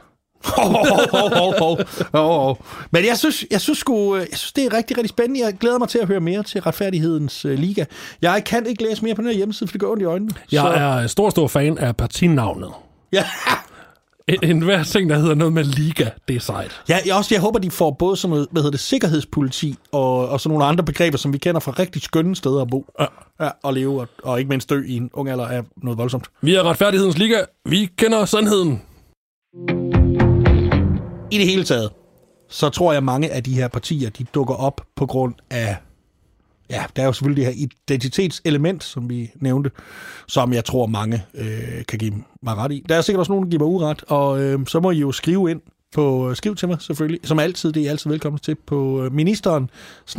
Men jeg synes, det er rigtig, rigtig spændende. Jeg glæder mig til at høre mere til Retfærdighedens Liga. Jeg kan ikke læse mere på den her hjemmeside, for det gør ondt i øjnene. Jeg er stor fan af partinavnet. Ja. En hver ting, der hedder noget med Liga, det er sejt. Ja, jeg håber, de får både sådan noget, sikkerhedspoliti og sådan nogle andre begreber, som vi kender fra rigtig skønne steder at bo. Ja, og leve og ikke mindst dø i en ung alder er noget voldsomt. Vi er Retfærdighedens Liga. Vi kender sandheden. I det hele taget, så tror jeg, at mange af de her partier, de dukker op på grund af, ja, der er jo selvfølgelig det her identitetselement, som vi nævnte, som jeg tror, mange kan give mig ret i. Der er sikkert også nogen, der giver mig uret, og så må I jo skriv til mig selvfølgelig, som altid, det er I altid velkommen til, på ministeren,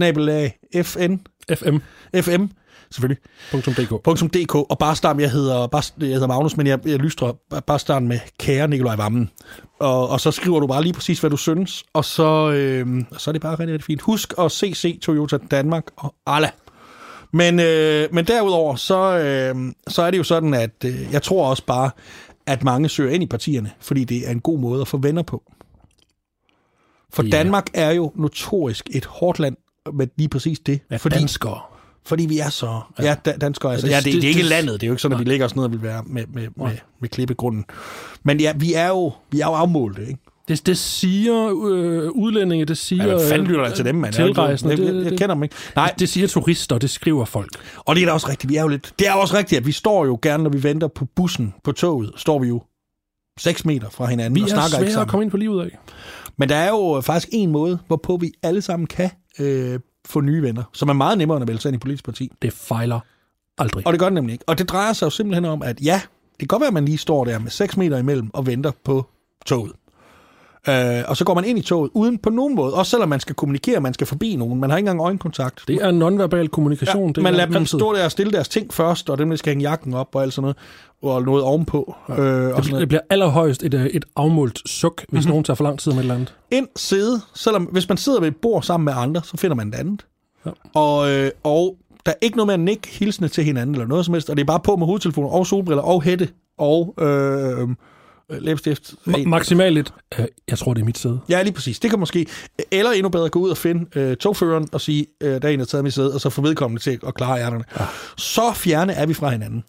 /FM, selvfølgelig. .dk. Og bare start, jeg hedder Magnus, men jeg lystrer bare start med kære Nikolaj Vammen. Og så skriver du bare lige præcis, hvad du synes, og så er det bare rigtig, rigtig fint. Husk at CC Toyota Danmark og Arla. Men derudover, så er det jo sådan, at jeg tror også bare, at mange søger ind i partierne, fordi det er en god måde at få venner på. For Danmark er jo notorisk et hårdt land med lige præcis det. Ja, danskere. Fordi vi er så... Ja, danskere. Altså, det er ikke landet. Det er jo ikke sådan, at vi ligger os ned og vil være med klippegrunden. Men ja, vi er jo afmålte, ikke? Det siger udlændinge, det siger... Ja, hvad fanden lytter der til dem, mand? Tilrejsende. Jeg kender dem ikke. Nej. Det siger turister, det skriver folk. Og det er da også rigtigt. Det er også rigtigt, at vi står jo gerne, når vi venter på bussen, på toget, står vi jo 6 meter fra hinanden og snakker ikke sammen. Vi er svære at komme ind på livet af. Men der er jo faktisk en måde, hvorpå vi alle sammen kan få nye venner, som er meget nemmere end at melde sig ind i politisk parti. Det fejler aldrig. Og det gør det nemlig ikke. Og det drejer sig jo simpelthen om, at ja, det kan godt være, at man lige står der med 6 meter imellem og venter på toget. Og så går man ind i toget uden på nogen måde. Også selvom man skal kommunikere, man skal forbi nogen. Man har ikke engang øjenkontakt. Det er nonverbal kommunikation. Ja, det man lader dem altid stå der og stille deres ting først, og dem, der skal hænge jakken op og alt sådan noget, og noget ovenpå. Ja. Det bliver allerhøjst et afmålt suk, hvis nogen tager for lang tid med et eller andet. Ind sidde, selvom hvis man sidder ved et bord sammen med andre, så finder man et andet. Ja. Og der er ikke noget med at nikke hilsende til hinanden eller noget som helst, og det er bare på med hovedtelefoner og solbriller og hætte og læbestift. Maksimalt lidt. Jeg tror, det er mit sæde. Ja, lige præcis. Det kan måske. Eller endnu bedre gå ud og finde togføreren og sige, der er en, der taget mit sæde, og så få vedkommende til at klare ærterne. Ja. Så fjerne er vi fra hinanden.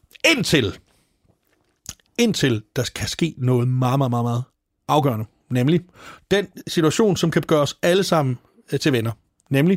Indtil der kan ske noget meget, meget, meget, meget afgørende. Nemlig den situation, som kan gøre os alle sammen til venner. Nemlig,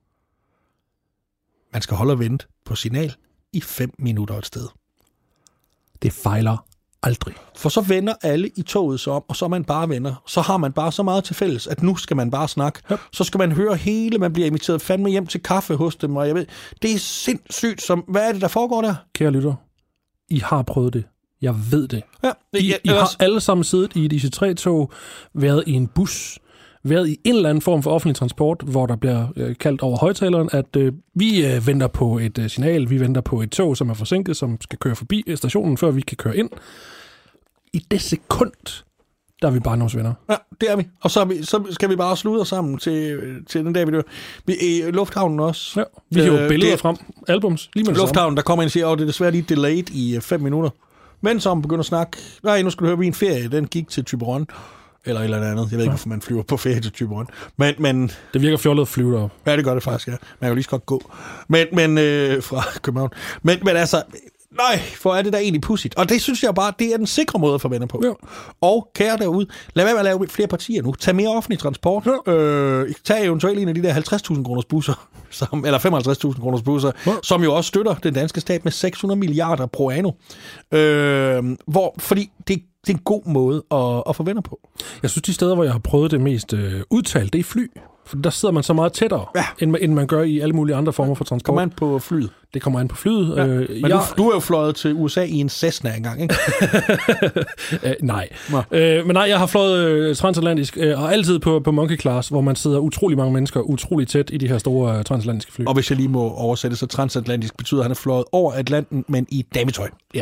man skal holde og vente på signal i 5 minutter et sted. Det fejler aldrig. For så vender alle i toget sig om, og så er man bare venner. Så har man bare så meget til fælles, at nu skal man bare snakke. Ja. Så skal man høre hele, man bliver inviteret fandme hjem til kaffe hos dem, og jeg ved, det er sindssygt. Hvad er det, der foregår der? Kære lytter, I har prøvet det. Jeg ved det. Ja, I har alle sammen siddet i et IC3-tog, været i en bus, været i en eller anden form for offentlig transport, hvor der bliver kaldt over højtaleren, at vi venter på et signal, vi venter på et tog, som er forsinket, som skal køre forbi stationen, før vi kan køre ind. I det sekund, der er vi barndomsvenner. Ja, det er vi. Og så skal vi bare slutte os sammen til den dag, vi dør. I lufthavnen også. Ja, vi har jo billeder frem, albums. Lige med lufthavnen, der kommer ind og siger, det er desværre lige delayed i 5 minutter. Men så begynder at snakke, nej, nu skal du høre, min ferie, den gik til Thyborøn. Eller et eller andet. Jeg ved ikke, hvorfor man flyver på ferie til Thyborøn. Men det virker fjollet at flyve derop. Ja, det gør det faktisk, ja. Man kan jo lige så godt gå. Men fra København. Men altså, nej, for er det da egentlig pudsigt. Og det synes jeg bare, det er den sikre måde at få venner på. Ja. Og kære derude, lad være med at lave flere partier nu. Tag mere offentlig transport. Ja. Tag eventuelt en af de der 50.000 kroners busser, eller 55.000 kroners busser, som jo også støtter den danske stat med 600 milliarder pro anno. Fordi det er en god måde at få venner på. Jeg synes, de steder, hvor jeg har prøvet det mest udtalt, det er fly. For der sidder man så meget tættere, end man gør i alle mulige andre former for transport. Kommer an på flyet. Det kommer an på flyet. Ja. Men du er jo fløjet til USA i en Cessna engang, ikke? Nej. Men nej, jeg har fløjet transatlantisk, og altid på Monkey Class, hvor man sidder utrolig mange mennesker utrolig tæt i de her store transatlantiske fly. Og hvis jeg lige må oversætte, så transatlantisk betyder, at han er fløjet over Atlanten, men i dametøj. Ja.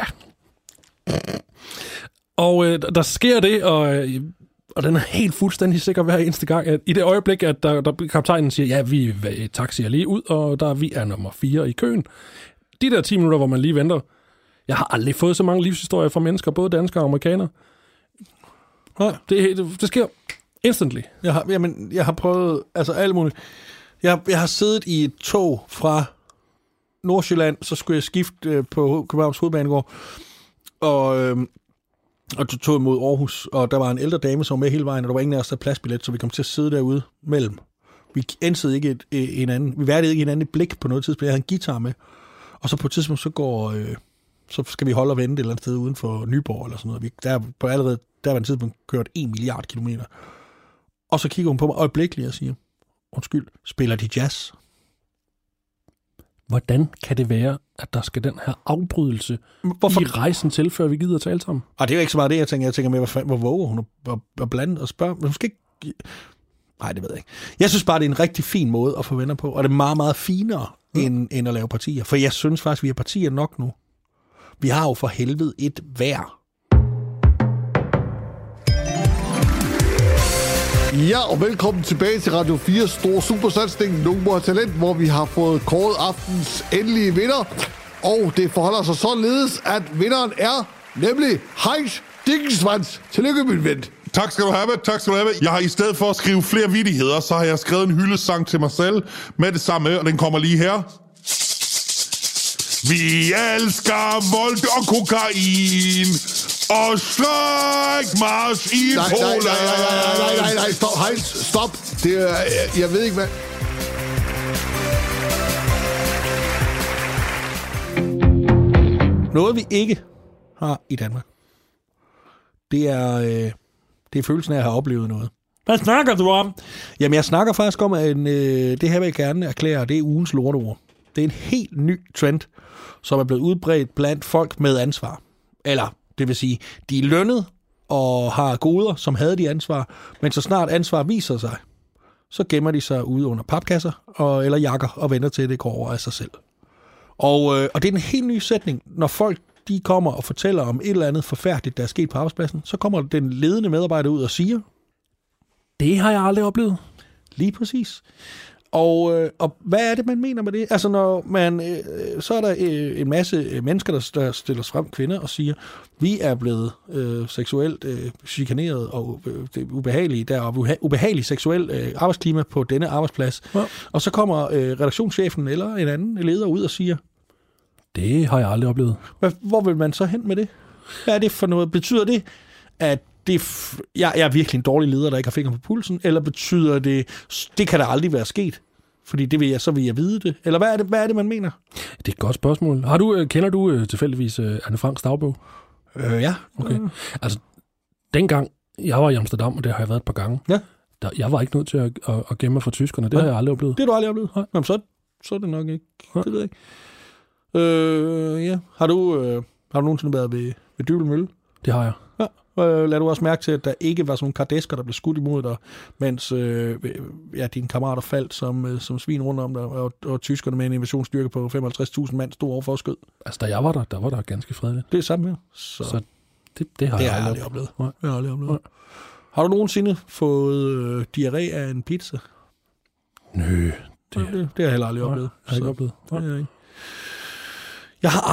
Og der sker det, og den er helt fuldstændig sikker hver eneste gang, at i det øjeblik, at der kaptajnen siger, ja, vi taxier lige ud, og vi er nummer 4 i køen. De der 10 minutter, hvor man lige venter. Jeg har aldrig fået så mange livshistorier fra mennesker, både danskere og amerikanere. Nej, det sker instantly. Jeg har prøvet alt muligt. Jeg har siddet i et tog fra Nordsjælland, så skulle jeg skifte på Københavns Hovedbanegård, og du tog imod Aarhus, og der var en ældre dame, som var med hele vejen, og der var ingen af os, der pladsbillet, så vi kom til at sidde derude mellem. Vi ænsede ikke vi værtede ikke hinanden et blik på noget tidspunkt. Jeg havde en guitar med, og så på et tidspunkt, så skal vi holde og vente et eller andet sted uden for Nyborg, eller sådan noget. Der var en tidspunkt kørt 1 milliard kilometer. Og så kigger hun på mig øjeblikkeligt og siger, undskyld, spiller de jazz? Hvordan kan det være, at der skal den her afbrydelse i rejsen til, før vi gider tale sammen? Og det er jo ikke så meget det, jeg tænker. Jeg tænker med, hvor våger hun at blande og spørge. Men måske ikke... Nej, det ved jeg ikke. Jeg synes bare, det er en rigtig fin måde at få venner på, og det er meget, meget finere, end at lave partier. For jeg synes faktisk, vi har partier nok nu. Vi har jo for helvede et hver. Ja, og velkommen tilbage til Radio 4's store supersatsning, Nogen må have talent, hvor vi har fået kåret aftens endelige vinder. Og det forholder sig således, at vinderen er nemlig Heinz Dickensvans. Tillykke, min ven. Tak skal du have. Jeg har i stedet for at skrive flere vittigheder, så har jeg skrevet en hyldesang til mig selv med det samme, og den kommer lige her. Vi elsker vold og kokain og strækmarsch i Polen. Nej, stop, Heinz, stop. Det er, jeg ved ikke, hvad... Noget, vi ikke har i Danmark, det er følelsen af at have oplevet noget. Hvad snakker du om? Jamen, jeg snakker faktisk om, at det her vil jeg gerne erklære, det er ugens lorteord. Det er en helt ny trend, som er blevet udbredt blandt folk med ansvar. Eller, det vil sige, de er lønnet og har goder, som havde de ansvar, men så snart ansvar viser sig, så gemmer de sig ude under papkasser eller jakker og venter til, det går over af sig selv. Og det er en helt ny sætning. Når folk de kommer og fortæller om et eller andet forfærdeligt, der er sket på arbejdspladsen, så kommer den ledende medarbejder ud og siger, det har jeg aldrig oplevet. Lige præcis. Og hvad er det, man mener med det? Altså, når man, så er der en masse mennesker, der stiller sig frem, kvinder, og siger, vi er blevet seksuelt chikaneret og ubehagelig seksuel arbejdsklima på denne arbejdsplads. Ja. Og så kommer redaktionschefen eller en anden leder ud og siger, det har jeg aldrig oplevet. Hvor vil man så hen med det? Hvad er det for noget? Betyder det, at jeg er virkelig en dårlig leder, der ikke har fingeren på pulsen, eller betyder det kan da aldrig være sket, fordi så vil jeg vide det, eller hvad er det, man mener? Det er et godt spørgsmål. Kender du tilfældigvis Anne Franks dagbog? Ja. Okay. Altså, dengang jeg var i Amsterdam, og det har jeg været et par gange, jeg var ikke nødt til at gemme mig fra tyskerne. Det har jeg aldrig oplevet. Det har du aldrig oplevet? Nej. Jamen, så er det nok ikke. Det ved jeg ikke. Ja. Har du nogensinde været ved Dybbøl Mølle? Det har jeg. Ja. Lad du også mærke til, at der ikke var sådan nogle kardesker, der blev skudt imod dig, mens dine kammerater faldt som svin rundt om dig, og tyskerne med en invasionsstyrke på 55.000 mand stod overfor og skød. Altså, da jeg var der ganske fredeligt. Det er samme her. Så det har jeg aldrig oplevet. Nej. Jeg har aldrig oplevet. Nej. Har du nogensinde fået diarré af en pizza? Nø. Det har jeg heller aldrig oplevet. Jeg har ikke oplevet. Jeg har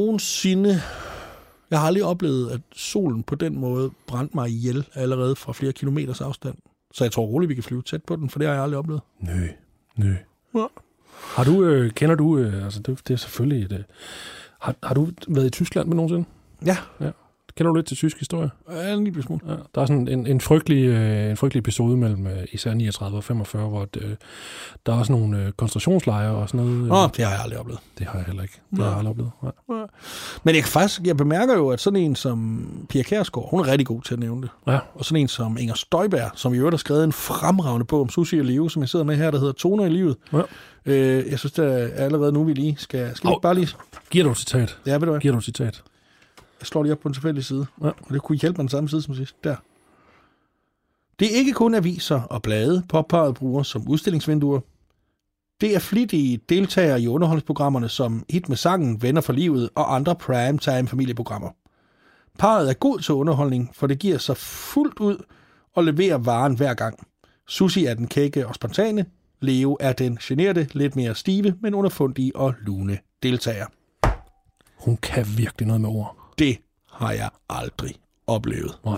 aldrig oplevet, at solen på den måde brændte mig ihjel allerede fra flere kilometers afstand. Så jeg tror roligt, vi kan flyve tæt på den, for det har jeg aldrig oplevet. Nø. Ja. Kender du, altså det er selvfølgelig har du været i Tyskland med nogensinde? Ja. Kender du lidt til tysk historie? Ja, en lille smule. Ja, der er sådan en frygtelig episode mellem især 39 og 45, hvor der er også nogle koncentrationslejre og sådan noget. Det har jeg aldrig oplevet. Det har jeg heller ikke. Det har jeg aldrig oplevet. Ja. Men jeg bemærker jo, at sådan en som Pia Kjærsgaard, hun er rigtig god til at nævne det. Ja. Og sådan en som Inger Støjberg, som i øvrigt har skrevet en fremragende bog om Susie og Leo, som jeg sidder med her, der hedder Toner i livet. Ja. Jeg synes, det er allerede nu, vi lige skal bare lige... Giver du et citat? Ja, ved du hvad? Giver du et citat? Jeg slår lige op på en tilfældig side, og det kunne hjælpe mig den samme side som sidst. Der. Det er ikke kun aviser og blade, påpeget bruger som udstillingsvinduer. Det er flittige deltagere i underholdningsprogrammerne som Hit med sangen, Venner for livet og andre primetime familieprogrammer. Parret er god til underholdning, for det giver sig fuldt ud og leverer varen hver gang. Susie er den kække og spontane. Leo er den generte, lidt mere stive, men underfundige og lune deltager. Hun kan virkelig noget med ord. Det har jeg aldrig oplevet. Nej.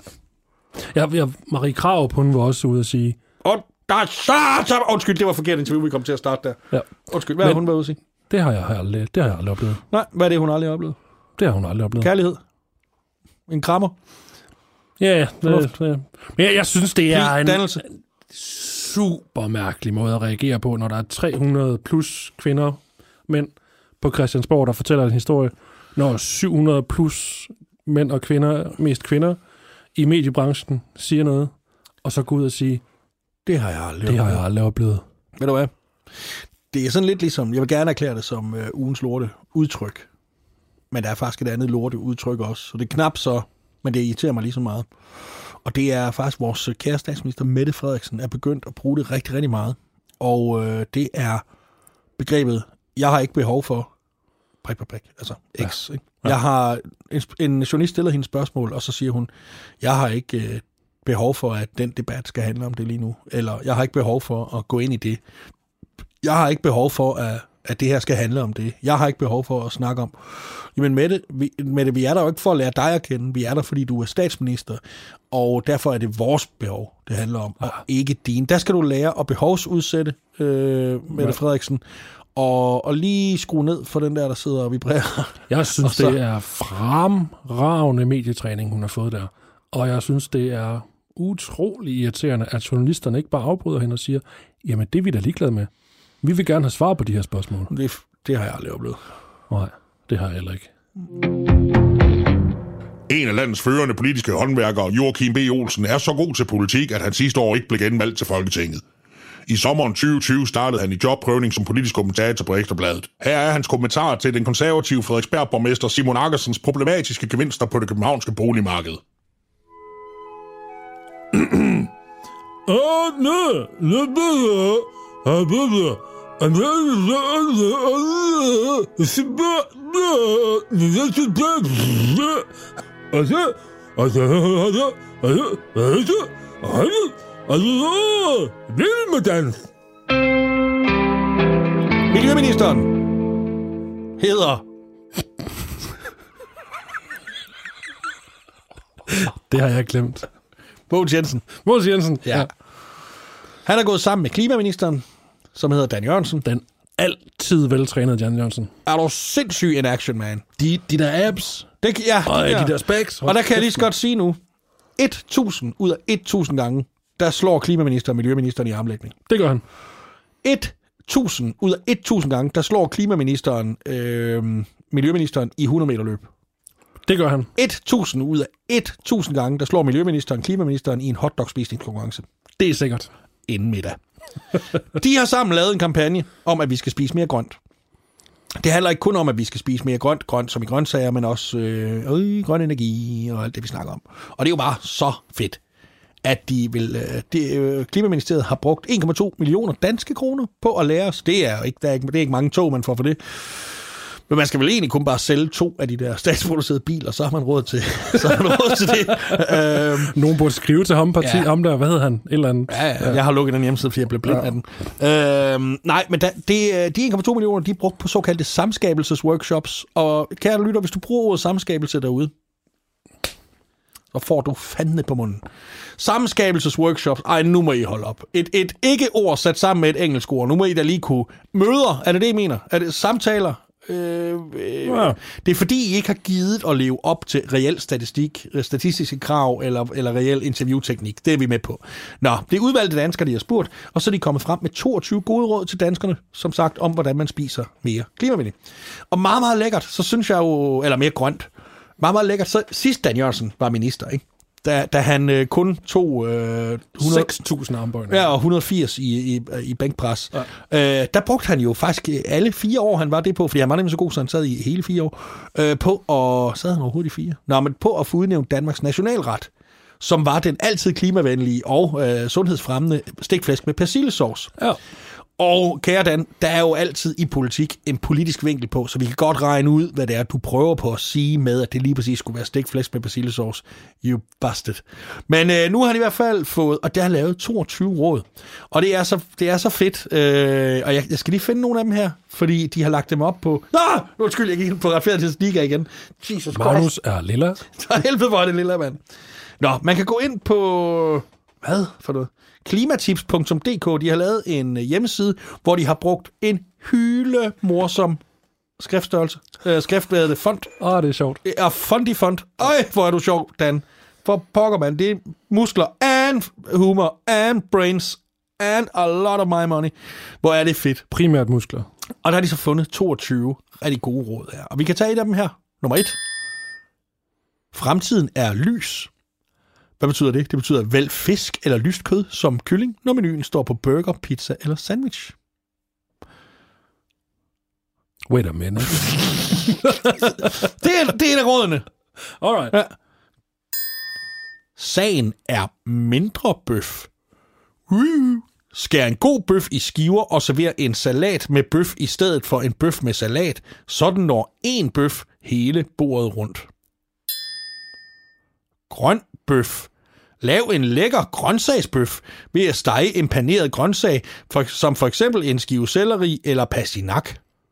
Marie Krarup, hun var også ude at sige... Undskyld, det var forkert interview, vi kom til at starte der. Ja. Undskyld, hvad har hun været ude at sige? Det har jeg aldrig oplevet. Nej, hvad er det, hun aldrig har oplevet? Det har hun aldrig oplevet. Kærlighed? En krammer? Ja. Men jeg synes, det er en super mærkelig måde at reagere på, når der er 300 plus kvinder, mænd på Christiansborg, der fortæller en historie, når 700 plus mænd og kvinder, mest kvinder, i mediebranchen siger noget, og så gå ud og sige, det har jeg aldrig oplevet. Ved du hvad? Det er sådan lidt ligesom, jeg vil gerne erklære det som ugens lorte udtryk, men der er faktisk et andet lorte udtryk også, så det er knap så, men det irriterer mig lige så meget. Og det er faktisk vores kære statsminister Mette Frederiksen er begyndt at bruge det rigtig, rigtig meget. Og det er begrebet, jeg har ikke behov for altså X. Ja. Ja. Jeg har en journalist stiller hende spørgsmål, og så siger hun, jeg har ikke behov for, at den debat skal handle om det lige nu. Eller jeg har ikke behov for at gå ind i det. Jeg har ikke behov for, at det her skal handle om det. Jeg har ikke behov for at snakke om. Jamen Mette, vi er der jo ikke for at lære dig at kende. Vi er der, fordi du er statsminister. Og derfor er det vores behov, det handler om, og ikke din. Der skal du lære at behovsudsætte, Mette Frederiksen. Og lige skrue ned for den der sidder og vibrerer. Jeg synes, det er fremragende medietræning, hun har fået der. Og jeg synes, det er utrolig irriterende, at journalisterne ikke bare afbryder hende og siger, jamen det er vi da ligeglade med. Vi vil gerne have svar på de her spørgsmål. Det har jeg aldrig oplevet. Nej, det har jeg heller ikke. En af landets førende politiske håndværkere, Joachim B. Olsen, er så god til politik, at han sidste år ikke blev genvalgt til Folketinget. I sommeren 2020 startede han i jobprøvning som politisk kommentator på Ekstra Bladet. Her er hans kommentar til den konservative Frederiksberg-borgmester Simon Aggersens problematiske gevinster på det københavnske boligmarked. Miljøministeren hedder... Det har jeg glemt. Mogens Jensen. Mogens Jensen. Ja. Han er gået sammen med klimaministeren, som hedder Dan Jørgensen. Den altid veltrænede Dan Jørgensen. Er du sindssyg en action man? De der abs. Ja, Og de der specs. Og der kan jeg lige så godt sige nu, 1000 ud af 1000 gange, der slår klimaministeren og miljøministeren i armlægning. Det gør han. 1000 ud af 1000 gange, der slår klimaministeren miljøministeren i 100 meter løb. Det gør han. 1000 ud af 1000 gange, der slår miljøministeren klimaministeren i en hotdog-spisningskonkurrence. Det er sikkert. Inden middag. De har sammen lavet en kampagne om, at vi skal spise mere grønt. Det handler ikke kun om, at vi skal spise mere grønt som i grøntsager, men også grøn energi og alt det, vi snakker om. Og det er jo bare så fedt, at Klimaministeriet har brugt 1,2 millioner danske kroner på at lære os. Det er ikke mange tog, man får for det. Men man skal vel egentlig kun bare sælge 2 af de der statsproducerede biler, så har man råd til, det. Nogen burde skrive til ham, ham der, hvad hedder han? Et eller andet. Ja. Jeg har lukket den hjemmeside, fordi jeg blev blind af den. Nej, men de 1,2 millioner, de er brugt på såkaldte samskabelsesworkshops. Og kære lytter, hvis du bruger ordet samskabelse derude, så får du fandme på munden. Samskabelsesworkshops. Ej, nu må I holde op. Et ikke-ord sat sammen med et engelsk ord. Nu må I da lige kunne... Møder, er det I mener? Er det samtaler? Det er fordi, I ikke har givet at leve op til reel statistiske krav eller reel interviewteknik. Det er vi med på. Nå, det er udvalgte danskere, de har spurgt, og så er de kommet frem med 22 gode råd til danskerne, som sagt, om hvordan man spiser mere klimavenligt. Og meget, meget lækkert, så synes jeg jo... Eller mere grønt. Meget, meget lækkert. Så sidst Dan Jørgensen var minister, ikke? Da han kun tog 6.000 armbøjninger. Ja, og 180 i bænkpres. Ja. Der brugte han jo faktisk alle 4 år, han var det på, fordi han var nemlig så god, så han sad i hele 4 år, sad han overhovedet i 4? Nå, men på at få udnævnt Danmarks nationalret, som var den altid klimavenlige og sundhedsfremmende stikflæsk med persillesauce. Ja. Og kære Dan, der er jo altid i politik en politisk vinkel på, så vi kan godt regne ud, hvad det er, du prøver på at sige med, at det lige præcis skulle være stikflæsk med persillesauce. You busted. Men nu har han i hvert fald fået, og der har lavet 22 råd. Og det er så fedt. Og jeg skal lige finde nogle af dem her, fordi de har lagt dem op på... Undskyld, jeg gik på retfærdighedsliga igen. Jesus Magnus er lilla. Så helvede, hvor er det lilla, mand. Nå, man kan gå ind på... Hvad for noget? Klimatips.dk, de har lavet en hjemmeside, hvor de har brugt en hylemorsom skriftstørrelse. Skriftværet font. Det er sjovt. Ja, font. Hvor er du sjov, Dan. For pokker, man. Det er muskler and humor and brains and a lot of my money. Hvor er det fedt. Primært muskler. Og der har de så fundet 22 rigtig gode råd her. Og vi kan tage et af dem her. Nummer 1. Fremtiden er lys. Hvad betyder det? Det betyder vælg fisk eller lyst kød som kylling, når menuen står på burger, pizza eller sandwich. Wait a minute. det er en af rådene. Alright. Ja. Sagen er mindre bøf. Skær en god bøf i skiver og server en salat med bøf i stedet for en bøf med salat. Sådan når en bøf hele bordet rundt. Grøn bøf. Lav en lækker grøntsagsbøf ved at stege en paneret grøntsag, som for eksempel en skive selleri eller pastinak.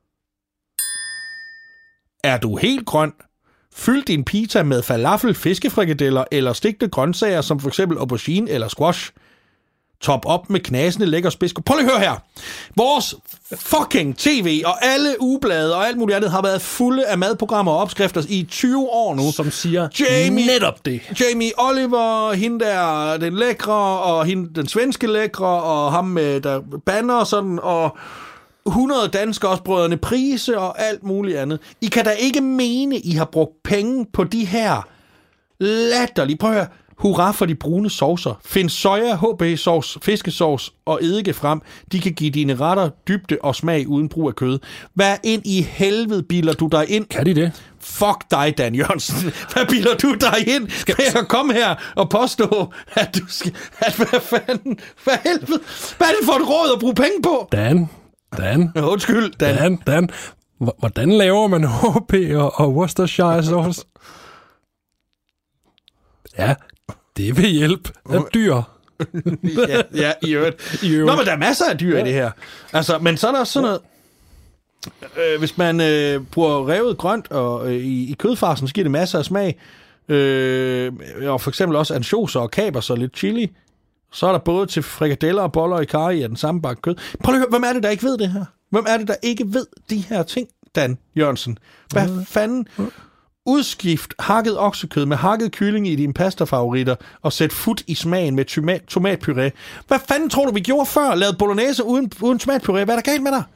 Er du helt grøn? Fyld din pizza med falafel, fiskefrikadeller eller stegte grøntsager, som for eksempel aubergine eller squash. Top op med knasende lækker spidsko. Prøv lige at høre her. Vores fucking tv og alle ugeblade og alt muligt andet har været fulde af madprogrammer og opskrifter i 20 år nu. Som siger netop det. Jamie Oliver, hende der den lækre, og hende den svenske lækre, og ham med der banner og sådan, og 100 danskere, også brødrene Prise og alt muligt andet. I kan da ikke mene, I har brugt penge på de her latterlige. Prøv at høre. Hurra for de brune saucer. Find soja, HB-sovs, fiskesovs og eddike frem. De kan give dine retter dybde og smag uden brug af kød. Hvad ind i helvede bilder du dig ind? Kan de det? Fuck dig, Dan Jørgensen. Hvad bilder du dig ind? Skal jeg komme her og påstå, at du skal... hvad fanden? Hvad helvede? Hvad er det for et råd at bruge penge på? Dan. Undskyld, Dan. Hvordan laver man HB og Worcestershire sauce? Ja, det vil hjælpe af dyr. ja, i øvrigt. Nå, men der er masser af dyr i det her. Altså, men så er der også sådan noget... hvis man bruger revet grønt og i kødfarsen, så giver det masser af smag. Og for eksempel også ansjoser og kapers og lidt chili. Så er der både til frikadeller og boller i karry af den samme bakke kød. Prøv at høre, hvem er det, der ikke ved det her? Hvem er det, der ikke ved de her ting, Dan Jørgensen? Hvad fanden? Udskift hakket oksekød med hakket kylling i dine pastafavoritter og sæt fut i smagen med tomatpuré. Hvad fanden tror du, vi gjorde før? Lavede bolognese uden tomatpuré? Hvad er der galt med dig?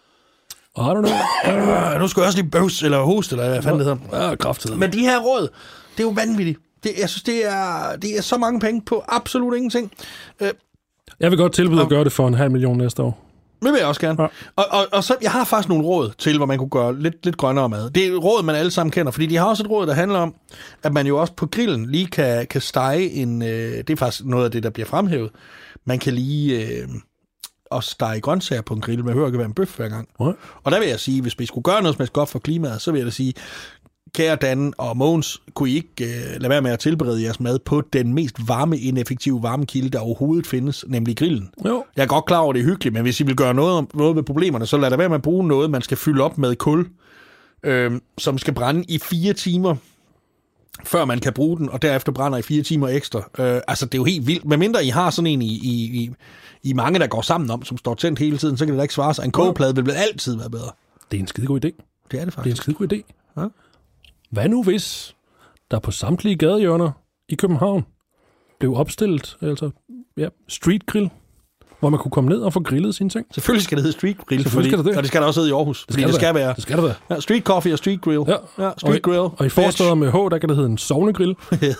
I don't know. Nu skal jeg også lige bøvs eller hoste, eller hvad fanden det hedder. Ja, kraftigt. Men de her råd, det er jo vanvittigt. Jeg synes, det er så mange penge på absolut ingenting. Jeg vil godt tilbyde at gøre det for 500.000 næste år. Det vil jeg også gerne. Ja. Og så, jeg har faktisk nogle råd til, hvor man kunne gøre lidt grønnere mad. Det er et råd, man alle sammen kender, fordi de har også et råd, der handler om, at man jo også på grillen lige kan stege en... det er faktisk noget af det, der bliver fremhævet. Man kan lige også stege grøntsager på en grill. Man behøver ikke være en bøf hver gang. Ja. Og der vil jeg sige, hvis vi skulle gøre noget som er godt for klimaet, så vil jeg da sige, kære Dan og Mogens, kunne I ikke lade være med at tilberede jeres mad på den mest ineffektive varmekilde, der overhovedet findes, nemlig grillen. Jo. Jeg er godt klar over, det er hyggeligt, men hvis I vil gøre noget ved problemerne, så lad der være med at bruge noget, man skal fylde op med kul, som skal brænde i 4 timer, før man kan bruge den, og derefter brænder i 4 timer ekstra. Altså, det er jo helt vildt. Medmindre I har sådan en i mange, der går sammen om, som står tændt hele tiden, så kan det da ikke svare sig. En kogeplade vil altid være bedre. Det er en skidegod idé. Det er det faktisk. Det er en skidegod idé. Ja. Hvad nu hvis der på samtlige gadehjørner i København blev opstillet street grill, hvor man kunne komme ned og få grillet sine ting? Selvfølgelig skal det hedde street grill, Skal det. og det skal der også hedde i Aarhus, fordi det skal være. Det skal det være. Ja, street coffee og street grill. Ja. Street grill. Og i forsteder med H, der kan det hedde en sovnegrill.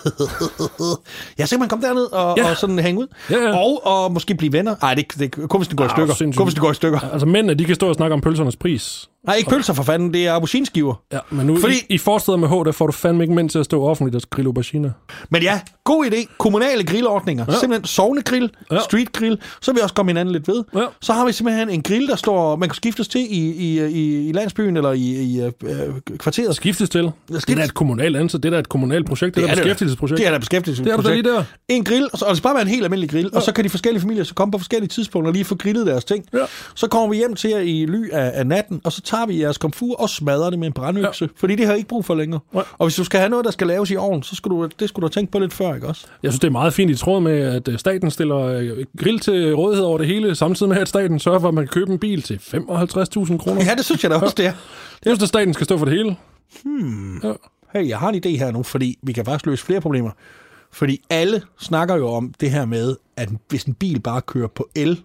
Ja, så kan man komme derned og sådan hænge ud. Ja. Og måske blive venner. Nej, det kun hvis det går i stykker. Sindssygt. Kun hvis det går i stykker. Altså mændene, de kan stå og snakke om pølsernes pris. Nej, ikke pølser for fanden, det er aubergineskiver. Ja, men nu i forsteder med H, der får du fandme ikke mænd til at stå offentligt og grille auberginer. Men ja, god idé. Kommunale grillordninger. Ja. Simpelthen sovnegrill, street grill. Så vil vi også komme hinanden lidt ved. Ja. Så har vi simpelthen en grill, der står, man kan skiftes til i landsbyen eller i kvarteret. Skiftes til? Det er da et kommunalt ansat. Det er da et kommunalt projekt. Det er da et beskæftigelsesprojekt. Det er da et beskæftigelsesprojekt. Det er du da lige der. En grill, og det skal bare være en helt almindelig grill. Ja. Og så kan de forskellige familier så komme på forskellige tidspunkter og lige få grillet deres ting. Ja. Så kommer vi hjem til jer i ly af natten, og så tager vi jeres komfur og smadrer det med en brandøkse. Fordi det har I ikke brug for længere. Ja. Og hvis du skal have noget, der skal laves i ovnen, så skulle du tænke på lidt før, ikke også? Jeg synes, det er meget fint i tråd med, at staten stiller grill til rådighed over det hele, samtidig med, at staten sørger for, at man kan købe en bil til 55.000 kroner. Ja, det synes jeg da også, det er. Jeg synes, at staten skal stå for det hele. Ja. Hey, jeg har en idé her nu, fordi vi kan faktisk løse flere problemer. Fordi alle snakker jo om det her med, at hvis en bil bare kører på el,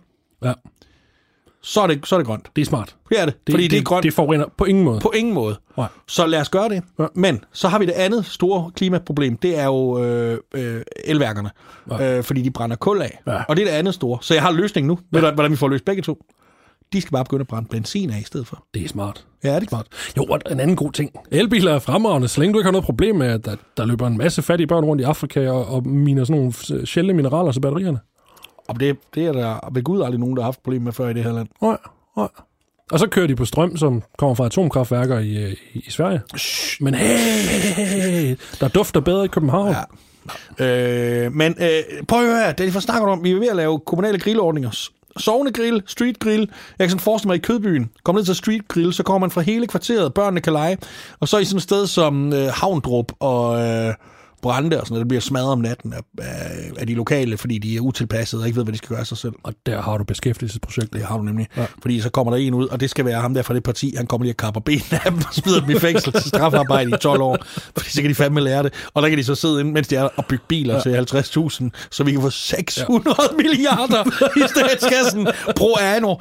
så er det grønt. Det er smart. Det er det. Fordi det er grønt. Det forurener på ingen måde. På ingen måde. Nej. Så lad os gøre det. Ja. Men så har vi det andet store klimaproblem. Det er jo elværkerne. Ja. Fordi de brænder kul af. Ja. Og det er det andet store. Så jeg har løsning nu. Ved du, hvordan vi får løst begge to? De skal bare begynde at brænde benzin af i stedet for. Det er smart. Ja, det er smart. Jo, og en anden god ting. Elbiler er fremragende, så længe du ikke har noget problem med, at der løber en masse fattige børn rundt i Afrika og miner sådan nogle sjældne mineraler til batterierne. Og det er der ved Gud aldrig nogen, der har haft problemer med før i det her land. Nej. Og så kører de på strøm, som kommer fra atomkraftværker i Sverige. Men hey, der dufter bedre i København. Ja. Men prøv at høre, det er for snakker om, vi er ved at lave kommunale grillordninger. Sovnegrill, street grill. Jeg kan sådan forestille mig i Kødbyen. Kom ned til street grill, så kommer man fra hele kvarteret. Børnene kan lege. Og så i sådan et sted som Havndrup og Brande og sådan noget, der bliver smadret om natten af de lokale, fordi de er utilpassede og ikke ved, hvad de skal gøre af sig selv. Og der har du beskæftigelsesprojekt. Det har du nemlig. Ja. Fordi så kommer der en ud, og det skal være ham der fra det parti. Han kommer lige og kapper benene af dem og smider dem i fængsel til strafarbejde i 12 år. Fordi så kan de fandme lære det. Og der kan de så sidde inde, mens de er og bygge biler til 50.000, så vi kan få 600 milliarder i statskassen pro anno.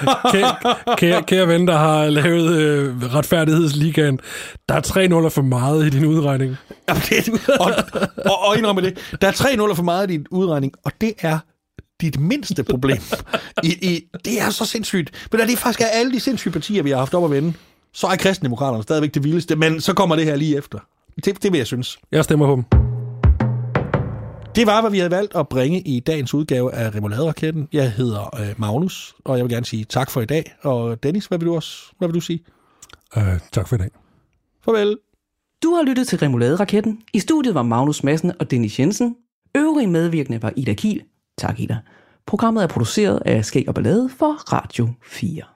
Kære ven, der har lavet retfærdighedsligaen. Der er 3 nuller for meget i din udregning. Og og indrømme det. Der er 3 nuller for meget i din udregning, og det er dit mindste problem. Det er så sindssygt. Men det er faktisk alle de sindssyge partier, vi har haft op at vende. Så er Kristendemokraterne stadigvæk det vildeste, men så kommer det her lige efter. Det vil jeg synes. Jeg stemmer på dem. Det var, hvad vi havde valgt at bringe i dagens udgave af Remoulade-raketten. Jeg hedder Magnus, og jeg vil gerne sige tak for i dag. Og Dennis, hvad vil du sige? Tak for i dag. Farvel. Du har lyttet til Remoulade-raketten. I studiet var Magnus Madsen og Dennis Jensen. Øvrige medvirkende var Ida Kiel. Tak, Ida. Programmet er produceret af Skæg og Ballade for Radio 4.